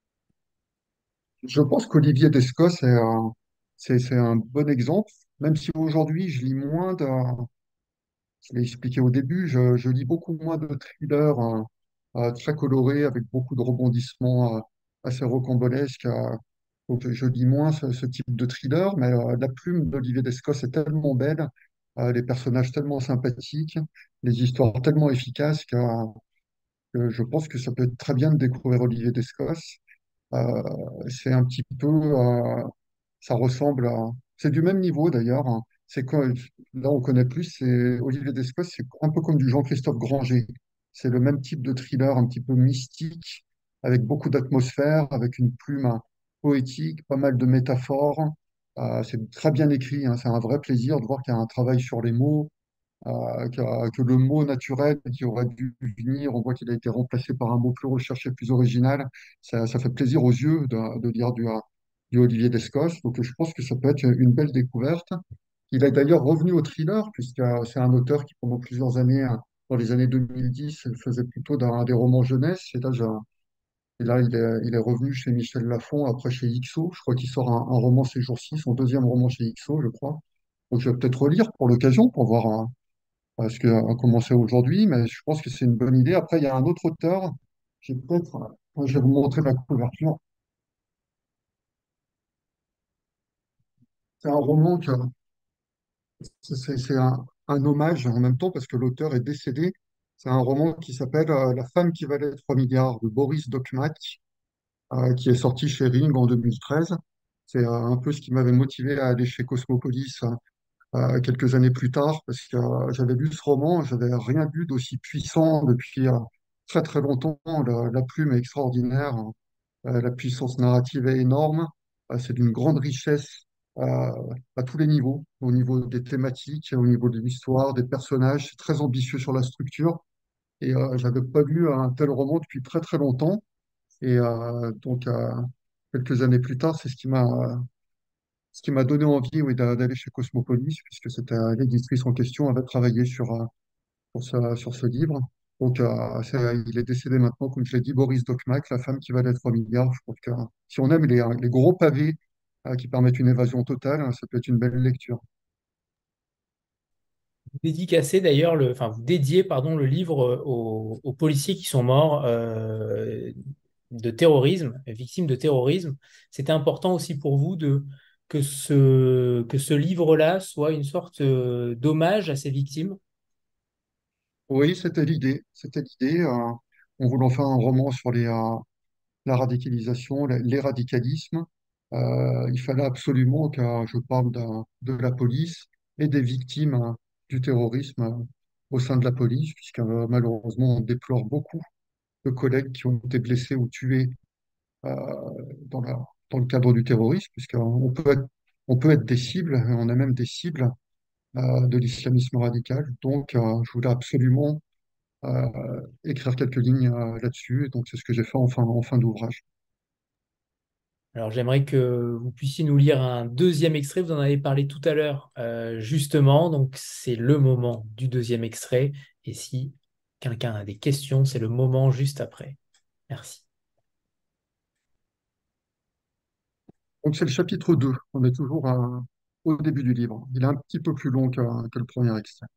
Je pense qu'Olivier Descos, c'est un, c'est, c'est un bon exemple, même si aujourd'hui je lis moins de, je l'ai expliqué au début, je, je lis beaucoup moins de thrillers euh, euh, très colorés avec beaucoup de rebondissements euh, assez rocambolesques. euh. donc je lis moins ce, ce type de thriller, mais euh, la plume d'Olivier Descos est tellement belle, euh, les personnages tellement sympathiques, les histoires tellement efficaces que, que je pense que ça peut être très bien de découvrir Olivier Descos. Euh, c'est un petit peu, euh, ça ressemble à, c'est du même niveau d'ailleurs, hein. C'est quoi, là on connaît plus, c'est Olivier Descos, c'est un peu comme du Jean-Christophe Granger. C'est le même type de thriller, un petit peu mystique, avec beaucoup d'atmosphère, avec une plume hein, poétique, pas mal de métaphores. Euh, c'est très bien écrit, hein. C'est un vrai plaisir de voir qu'il y a un travail sur les mots, euh, que, que le mot naturel qui aurait dû venir, on voit qu'il a été remplacé par un mot plus recherché, plus original. Ça, ça fait plaisir aux yeux de, de lire du, du Olivier Descos. Donc je pense que ça peut être une belle découverte. Il est d'ailleurs revenu au thriller, puisque euh, c'est un auteur qui, pendant plusieurs années, euh, dans les années deux mille dix, faisait plutôt d'un- des romans jeunesse. Et là, j'ai- et là il est, il est revenu chez Michel Lafon, après chez I X O. Je crois qu'il sort un, un roman ces jours-ci, son deuxième roman chez I X O, je crois. Donc, je vais peut-être relire pour l'occasion, pour voir euh, euh, ce que, euh, comment c'est aujourd'hui, mais je pense que c'est une bonne idée. Après, il y a un autre auteur, j'ai peut-être, euh, je vais vous montrer la couverture. C'est un roman que c'est c'est- c'est un, un hommage en même temps parce que l'auteur est décédé. C'est un roman qui s'appelle euh, La femme qui valait trois milliards de Boris Dokhmat, euh, qui est sorti chez Ring en deux mille treize. C'est euh, un peu ce qui m'avait motivé à aller chez Cosmopolis euh, quelques années plus tard parce que euh, j'avais lu ce roman, j'avais rien lu d'aussi puissant depuis euh, très très longtemps. La, la plume est extraordinaire, hein. Euh, la puissance narrative est énorme. Euh, c'est d'une grande richesse euh, à tous les niveaux, au niveau des thématiques, au niveau de l'histoire, des personnages. C'est très ambitieux sur la structure. Et euh, j'avais pas lu un tel roman depuis très très longtemps. Et euh, donc, euh, quelques années plus tard, c'est ce qui m'a ce qui m'a donné envie, oui, d'a- d'aller chez Cosmopolis, puisque c'était euh, l'éditrice en question avait travaillé sur, euh, sur ce, sur ce livre. Donc, euh, c'est- il est décédé maintenant, comme je l'ai dit, Boris Dokhmak, La femme qui valait trois milliards. Je pense que euh, si on aime les, euh, les gros pavés euh, qui permettent une évasion totale, hein, ça peut être une belle lecture. Vous dédicacez d'ailleurs le, enfin vous dédiez pardon le livre euh, aux, aux policiers qui sont morts euh, de terrorisme, victimes de terrorisme. C'était important aussi pour vous de que ce que ce livre-là soit une sorte euh, d'hommage à ces victimes. Oui, c'était l'idée. C'était l'idée. Euh, on voulait en faire un roman sur les, euh, la radicalisation, la- les radicalismes. Euh, il fallait absolument que je parle d'un- de la police et des victimes euh, du terrorisme euh, au sein de la police, puisque euh, malheureusement, on déplore beaucoup de collègues qui ont été blessés ou tués euh, dans la- dans le cadre du terrorisme, puisqu'on peut être, on peut être des cibles, et on a même des cibles euh, de l'islamisme radical. Donc, euh, je voulais absolument euh, écrire quelques lignes euh, là-dessus, et donc c'est ce que j'ai fait en fin, en fin d'ouvrage. Alors j'aimerais que vous puissiez nous lire un deuxième extrait. Vous en avez parlé tout à l'heure, euh, justement. Donc c'est le moment du deuxième extrait. Et si quelqu'un a des questions, c'est le moment juste après. Merci. Donc c'est le chapitre deux. On est toujours à- au début du livre. Il est un petit peu plus long que, que le premier extrait.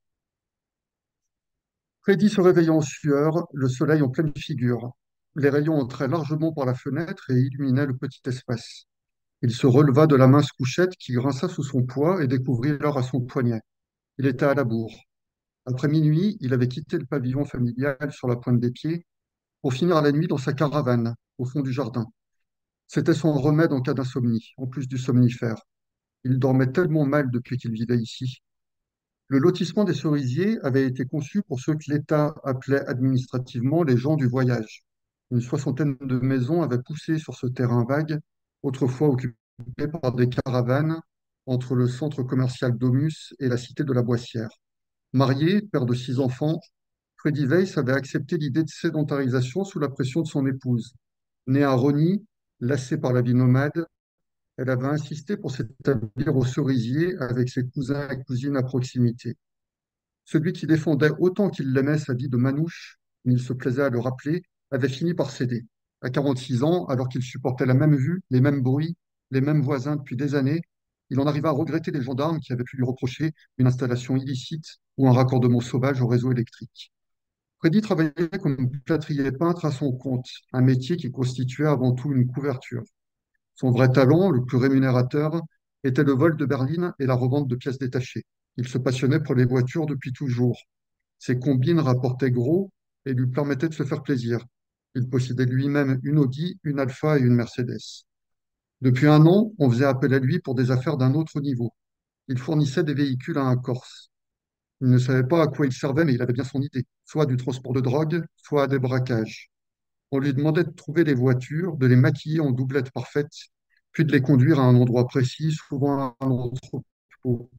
Freddy se réveilla en sueur, le soleil en pleine figure. Les rayons entraient largement par la fenêtre et illuminaient le petit espace. Il se releva de la mince couchette qui grinça sous son poids et découvrit l'heure à son poignet. Il était à la bourre. Après minuit, il avait quitté le pavillon familial sur la pointe des pieds pour finir la nuit dans sa caravane, au fond du jardin. C'était son remède en cas d'insomnie, en plus du somnifère. Il dormait tellement mal depuis qu'il vivait ici. Le lotissement des Cerisiers avait été conçu pour ceux que l'État appelait administrativement les gens du voyage. Une soixantaine de maisons avaient poussé sur ce terrain vague, autrefois occupé par des caravanes, entre le centre commercial Domus et la cité de la Boissière. Marié, père de six enfants, Freddy Weiss avait accepté l'idée de sédentarisation sous la pression de son épouse. Née à Rosny, lassée par la vie nomade, elle avait insisté pour s'établir au Cerisier avec ses cousins et cousines à proximité. Celui qui défendait autant qu'il l'aimait sa vie de manouche, mais il se plaisait à le rappeler, avait fini par céder. À quarante-six ans, alors qu'il supportait la même vue, les mêmes bruits, les mêmes voisins depuis des années, il en arriva à regretter les gendarmes qui avaient pu lui reprocher une installation illicite ou un raccordement sauvage au réseau électrique. Freddy travaillait comme plâtrier peintre à son compte, un métier qui constituait avant tout une couverture. Son vrai talent, le plus rémunérateur, était le vol de berline et la revente de pièces détachées. Il se passionnait pour les voitures depuis toujours. Ses combines rapportaient gros et lui permettaient de se faire plaisir. Il possédait lui-même une Audi, une Alfa et une Mercedes. Depuis un an, on faisait appel à lui pour des affaires d'un autre niveau. Il fournissait des véhicules à un Corse. Il ne savait pas à quoi il servait, mais il avait bien son idée, soit du transport de drogue, soit des braquages. On lui demandait de trouver les voitures, de les maquiller en doublettes parfaites, puis de les conduire à un endroit précis, souvent à un entrepôt.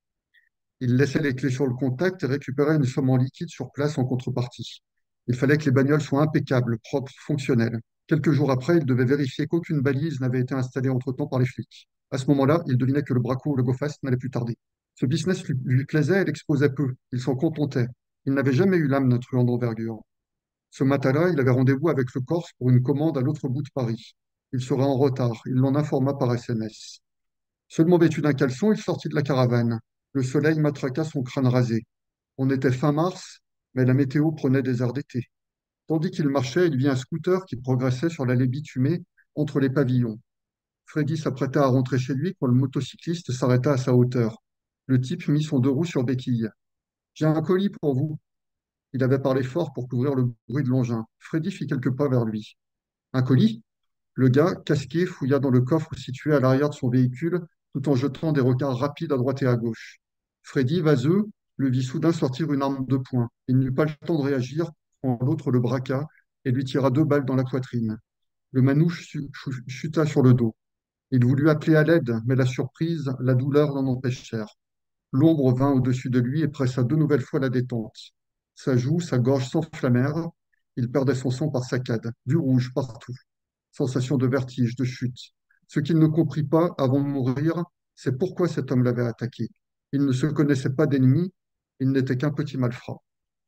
Il laissait les clés sur le contact et récupérait une somme en liquide sur place en contrepartie. Il fallait que les bagnoles soient impeccables, propres, fonctionnelles. Quelques jours après, il devait vérifier qu'aucune balise n'avait été installée entre-temps par les flics. À ce moment-là, il devinait que le braco ou le go fast n'allait plus tarder. Ce business lui, lui plaisait et l'exposait peu. Il s'en contentait. Il n'avait jamais eu l'âme d'un truand d'envergure. Ce matin-là, il avait rendez-vous avec le Corse pour une commande à l'autre bout de Paris. Il serait en retard. Il l'en informa par S M S. Seulement vêtu d'un caleçon, il sortit de la caravane. Le soleil matraqua son crâne rasé. On était fin mars, mais la météo prenait des airs d'été. Tandis qu'il marchait, il vit un scooter qui progressait sur l'allée bitumée entre les pavillons. Freddy s'apprêta à rentrer chez lui quand le motocycliste s'arrêta à sa hauteur. Le type mit son deux roues sur béquille. J'ai un colis pour vous. Il avait parlé fort pour couvrir le bruit de l'engin. Freddy fit quelques pas vers lui. Un colis? Le gars, casqué, fouilla dans le coffre situé à l'arrière de son véhicule, tout en jetant des regards rapides à droite et à gauche. Freddy, vaseux, le vit soudain sortir une arme de poing. Il n'eut pas le temps de réagir quand l'autre le braqua et lui tira deux balles dans la poitrine. Le manouche chu- chu- chuta sur le dos. Il voulut appeler à l'aide, mais la surprise, la douleur l'en empêchèrent. L'ombre vint au-dessus de lui et pressa deux nouvelles fois la détente. Sa joue, sa gorge s'enflammèrent. Il perdait son sang par saccades, du rouge partout. Sensation de vertige, de chute. Ce qu'il ne comprit pas avant de mourir, c'est pourquoi cet homme l'avait attaqué. Il ne se connaissait pas d'ennemi, il n'était qu'un petit malfrat.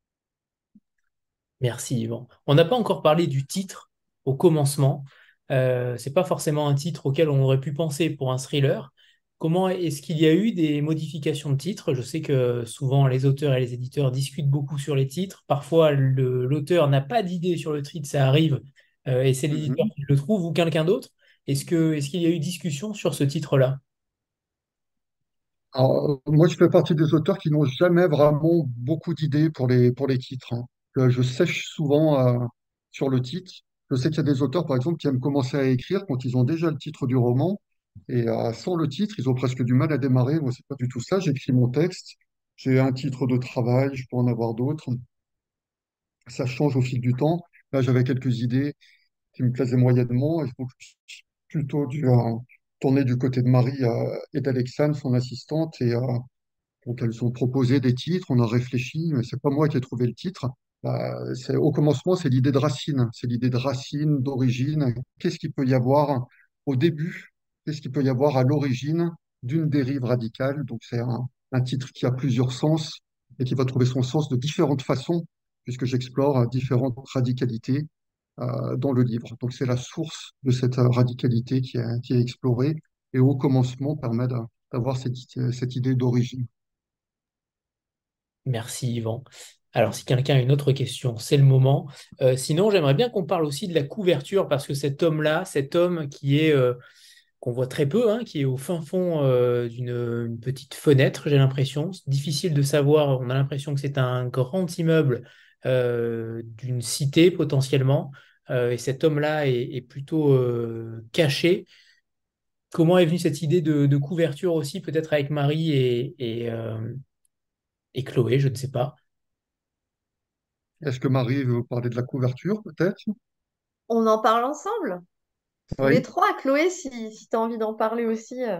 Merci Yvan. On n'a pas encore parlé du titre au commencement. Euh, c'est pas forcément un titre auquel on aurait pu penser pour un thriller. Comment est-ce qu'il y a eu des modifications de titre? Je sais que souvent les auteurs et les éditeurs discutent beaucoup sur les titres. Parfois le- l'auteur n'a pas d'idée sur le titre, ça arrive, euh, et c'est l'éditeur Mhm. qui le trouve ou quelqu'un d'autre. Est-ce que, est-ce qu'il y a eu discussion sur ce titre-là? Alors, euh, moi, je fais partie des auteurs qui n'ont jamais vraiment beaucoup d'idées pour les, pour les titres, hein. Euh, Je sèche souvent euh, sur le titre. Je sais qu'il y a des auteurs, par exemple, qui aiment commencer à écrire quand ils ont déjà le titre du roman. Et euh, sans le titre, ils ont presque du mal à démarrer. Moi, c'est pas du tout ça. J'écris mon texte. J'ai un titre de travail, je peux en avoir d'autres. Ça change au fil du temps. Là, j'avais quelques idées qui me plaisaient moyennement. Et donc, je suis plutôt dû euh, tourner du côté de Marie euh, et d'Alexandre, son assistante. Et, euh, donc elles ont proposé des titres, on a réfléchi, mais c'est pas moi qui ai trouvé le titre. Bah, c'est, au commencement, c'est l'idée de racine, c'est l'idée de racine, d'origine. Qu'est-ce qu'il peut y avoir au début? Qu'est-ce qu'il peut y avoir à l'origine d'une dérive radicale? Donc c'est un, un titre qui a plusieurs sens et qui va trouver son sens de différentes façons, puisque j'explore euh, différentes radicalités euh, dans le livre. Donc c'est la source de cette euh, radicalité qui est, qui est explorée et au commencement permet d'a- d'avoir cette, cette idée d'origine. Merci Yvan. Alors, si quelqu'un a une autre question, c'est le moment. Euh, sinon, j'aimerais bien qu'on parle aussi de la couverture, parce que cet homme-là, cet homme qui est, euh, qu'on voit très peu, hein, qui est au fin fond euh, d'une une petite fenêtre, j'ai l'impression. C'est difficile de savoir, on a l'impression que c'est un grand immeuble euh, d'une cité potentiellement, euh, et cet homme-là est, est plutôt euh, caché. Comment est venue cette idée de, de couverture aussi, peut-être avec Marie et, et, euh, et Chloé, je ne sais pas. Est-ce que Marie veut parler de la couverture, peut-être? On en parle ensemble, tous les Oui. trois. Chloé, si, si tu as envie d'en parler aussi. euh.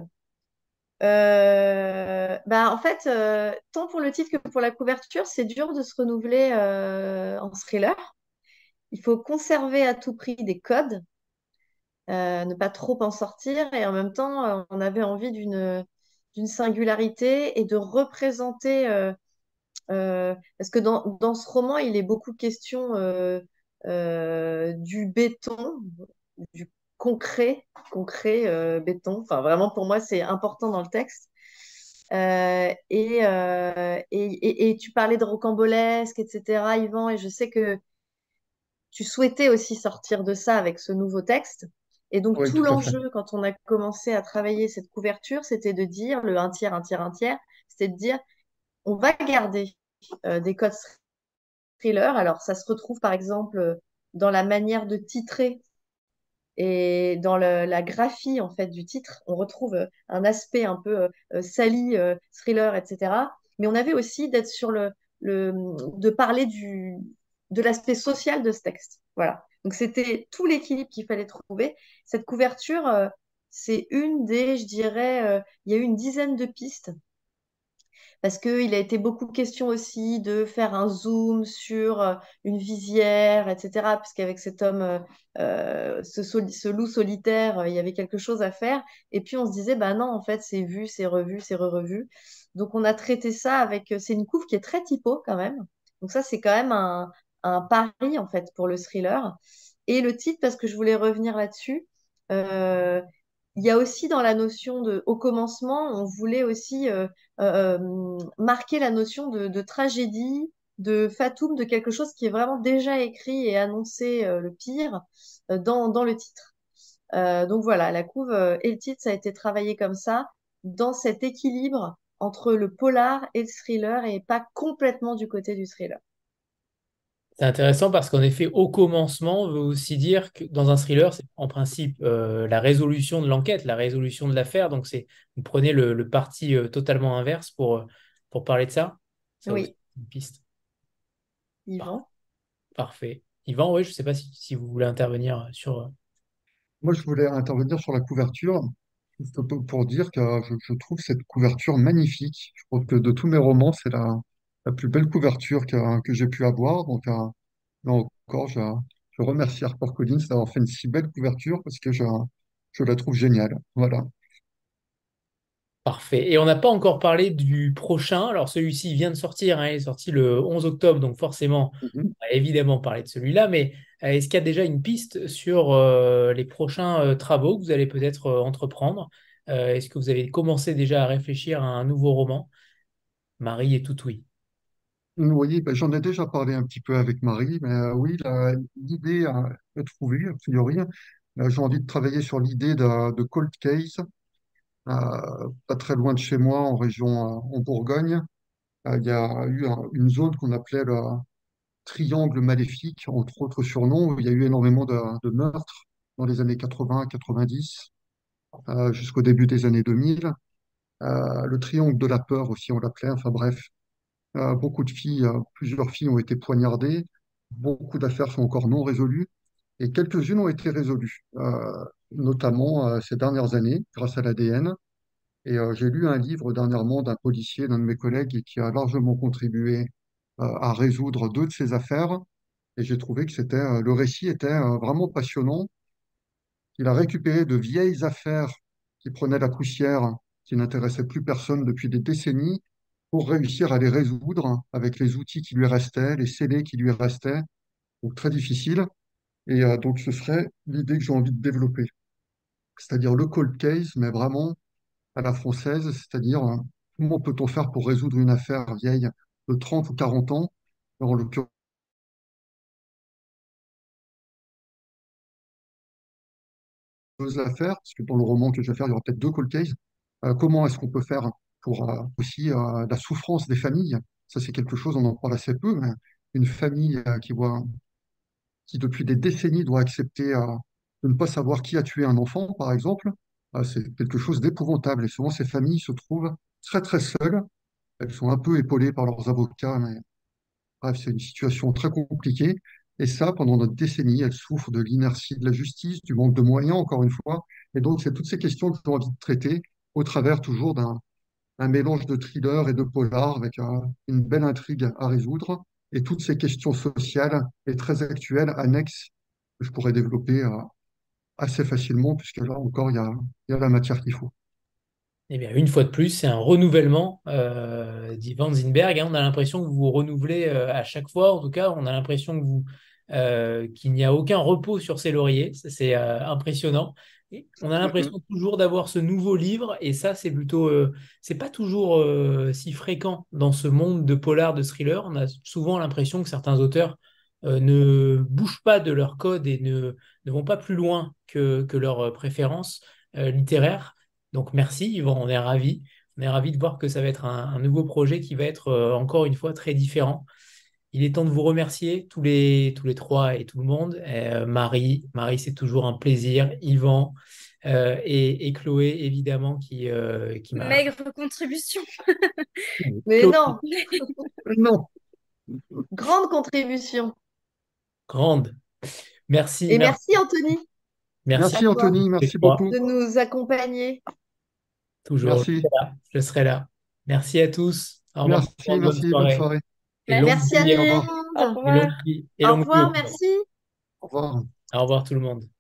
Euh, bah, en fait, euh, tant pour le titre que pour la couverture, c'est dur de se renouveler euh, en thriller. Il faut conserver à tout prix des codes, euh, ne pas trop en sortir, et en même temps, euh, on avait envie d'une d'une singularité et de représenter, euh, euh, parce que dans, dans ce roman, il est beaucoup question euh, euh, du béton, du concret, concret, euh, béton. Enfin, vraiment, pour moi, c'est important dans le texte. Euh, et, euh, et, et, et tu parlais de rocambolesque, et cetera, Yvan, et je sais que tu souhaitais aussi sortir de ça avec ce nouveau texte. Et donc, Oui, tout tout à fait. l'enjeu, quand on a commencé à travailler cette couverture, c'était de dire, le un tiers, un tiers, un tiers, c'était de dire, on va garder euh, des codes thriller. Alors, ça se retrouve, par exemple, dans la manière de titrer et dans le- la graphie, en fait, du titre. On retrouve euh, un aspect un peu euh, sali, euh, thriller, et cetera. Mais on avait aussi d'être sur le, le, de parler du, de l'aspect social de ce texte. Voilà. Donc, c'était tout l'équilibre qu'il fallait trouver. Cette couverture, euh, c'est une des, je dirais, euh, il y a eu une dizaine de pistes parce qu'il a été beaucoup question aussi de faire un zoom sur euh, une visière, et cetera. Puisqu'avec cet homme, euh, euh, ce, soli- ce loup solitaire, euh, il y avait quelque chose à faire. Et puis on se disait, bah non, en fait, c'est vu, c'est revu, c'est re-revu. Donc on a traité ça avec, euh, c'est une couve qui est très typo quand même. Donc ça, c'est quand même un, un pari en fait pour le thriller. Et le titre, parce que je voulais revenir là-dessus. euh, il y a aussi dans la notion de, au commencement, on voulait aussi euh, euh, euh, marquer la notion de, de tragédie, de fatum, de quelque chose qui est vraiment déjà écrit et annoncé euh, le pire euh, dans, dans le titre. Euh, donc voilà, la couve euh, et le titre, ça a été travaillé comme ça, dans cet équilibre entre le polar et le thriller et pas complètement du côté du thriller. C'est intéressant parce qu'en effet, au commencement veut aussi dire que dans un thriller, c'est en principe euh, la résolution de l'enquête, la résolution de l'affaire. Donc, c'est vous prenez le, le parti euh, totalement inverse pour, euh, pour parler de ça. Ça aussi, Oui, c'est une piste. Par- Yvan. Parfait. Yvan, oui, je ne sais pas si, si vous voulez intervenir sur. euh, Moi, je voulais intervenir sur la couverture, juste pour pour dire que je, je trouve cette couverture magnifique. Je trouve que de tous mes romans, c'est la, la plus belle couverture que, que j'ai pu avoir. Donc, euh, là encore, je, je remercie HarperCollins d'avoir fait une si belle couverture parce que je, je la trouve géniale. Voilà. Parfait. Et on n'a pas encore parlé du prochain. Alors, celui-ci vient de sortir, hein, il est sorti le onze octobre, donc forcément, Mhm. on va évidemment parler de celui-là. Mais euh, est-ce qu'il y a déjà une piste sur euh, les prochains euh, travaux que vous allez peut-être euh, entreprendre? Euh, est-ce que vous avez commencé déjà à réfléchir à un nouveau roman? Marie est tout oui. Oui, ben, j'en ai déjà parlé un petit peu avec Marie, mais euh, oui, la- l'idée a est trouvée, a priori. Euh, j'ai envie de travailler sur l'idée de, de cold case, euh, pas très loin de chez moi, en région, euh, en Bourgogne. Euh, il y a eu un- une zone qu'on appelait le triangle maléfique, entre autres surnoms, où il y a eu énormément de, de meurtres dans les années quatre-vingts, quatre-vingt-dix, euh, jusqu'au début des années deux mille. Euh, le triangle de la peur aussi, on l'appelait. Enfin bref, euh, beaucoup de filles, euh, plusieurs filles ont été poignardées. Beaucoup d'affaires sont encore non résolues et quelques-unes ont été résolues, euh, notamment euh, ces dernières années grâce à l'A D N. Et euh, j'ai lu un livre dernièrement d'un policier, d'un de mes collègues, qui a largement contribué euh, à résoudre deux de ces affaires. Et j'ai trouvé que c'était, euh, le récit était euh, vraiment passionnant. Il a récupéré de vieilles affaires qui prenaient la poussière, qui n'intéressaient plus personne depuis des décennies, pour réussir à les résoudre avec les outils qui lui restaient, les scellés qui lui restaient. Donc très difficile. Et euh, donc ce serait l'idée que j'ai envie de développer. C'est-à-dire le cold case, mais vraiment à la française, c'est-à-dire euh, comment peut-on faire pour résoudre une affaire vieille de trente ou quarante ans, en l'occurrence l'affaire, parce que dans le roman que je vais faire, il y aura peut-être deux cold cases. Euh, comment est-ce qu'on peut faire pour euh, aussi euh, la souffrance des familles? Ça, c'est quelque chose, on en parle assez peu, mais une famille euh, qui voit, qui depuis des décennies doit accepter euh, de ne pas savoir qui a tué un enfant, par exemple, euh, c'est quelque chose d'épouvantable. Et souvent, ces familles se trouvent très, très seules. Elles sont un peu épaulées par leurs avocats, mais bref, c'est une situation très compliquée. Et ça, pendant notre décennie, elles souffrent de l'inertie de la justice, du manque de moyens, encore une fois. Et donc, c'est toutes ces questions que j'ai envie de traiter au travers toujours d'un un mélange de thriller et de polar avec euh, une belle intrigue à résoudre. Et toutes ces questions sociales et très actuelles, annexes, que je pourrais développer euh, assez facilement, puisque là encore, il y a, il y a la matière qu'il faut. Eh bien, une fois de plus, c'est un renouvellement euh, d'Ivan Zinberg, hein. On a l'impression que vous vous renouvelez euh, à chaque fois. En tout cas, on a l'impression que vous euh, qu'il n'y a aucun repos sur ses lauriers. Ça, c'est euh, impressionnant. Et on a Mhm. l'impression toujours d'avoir ce nouveau livre, et ça, c'est plutôt, euh, c'est pas toujours euh, si fréquent dans ce monde de polar, de thriller. On a souvent l'impression que certains auteurs euh, ne bougent pas de leur code et ne, ne vont pas plus loin que, que leurs préférences euh, littéraires. Donc merci Yvan, on est ravis. On est ravis de voir que ça va être un, un nouveau projet qui va être euh, encore une fois très différent. Il est temps de vous remercier tous les, tous les trois et tout le monde. Euh, Marie, Marie, c'est toujours un plaisir. Yvan euh, et, et Chloé, évidemment, qui, euh, qui m'a... Maigre contribution. Mais Chloé, non, Non, grande contribution. grande. Merci, Et merci, merci Anthony merci à merci toi Anthony, les merci trois. beaucoup. de nous accompagner. Toujours, je serai Merci. là. Je serai là. Merci à tous. Au revoir tout le Merci, monde, bonne merci, bonne soirée. soirée. Et longue Merci à vie, tout Au le revoir. monde. et Au longue revoir. vie, et Au longue vie au revoir, club. merci. Au revoir. Au revoir tout le monde.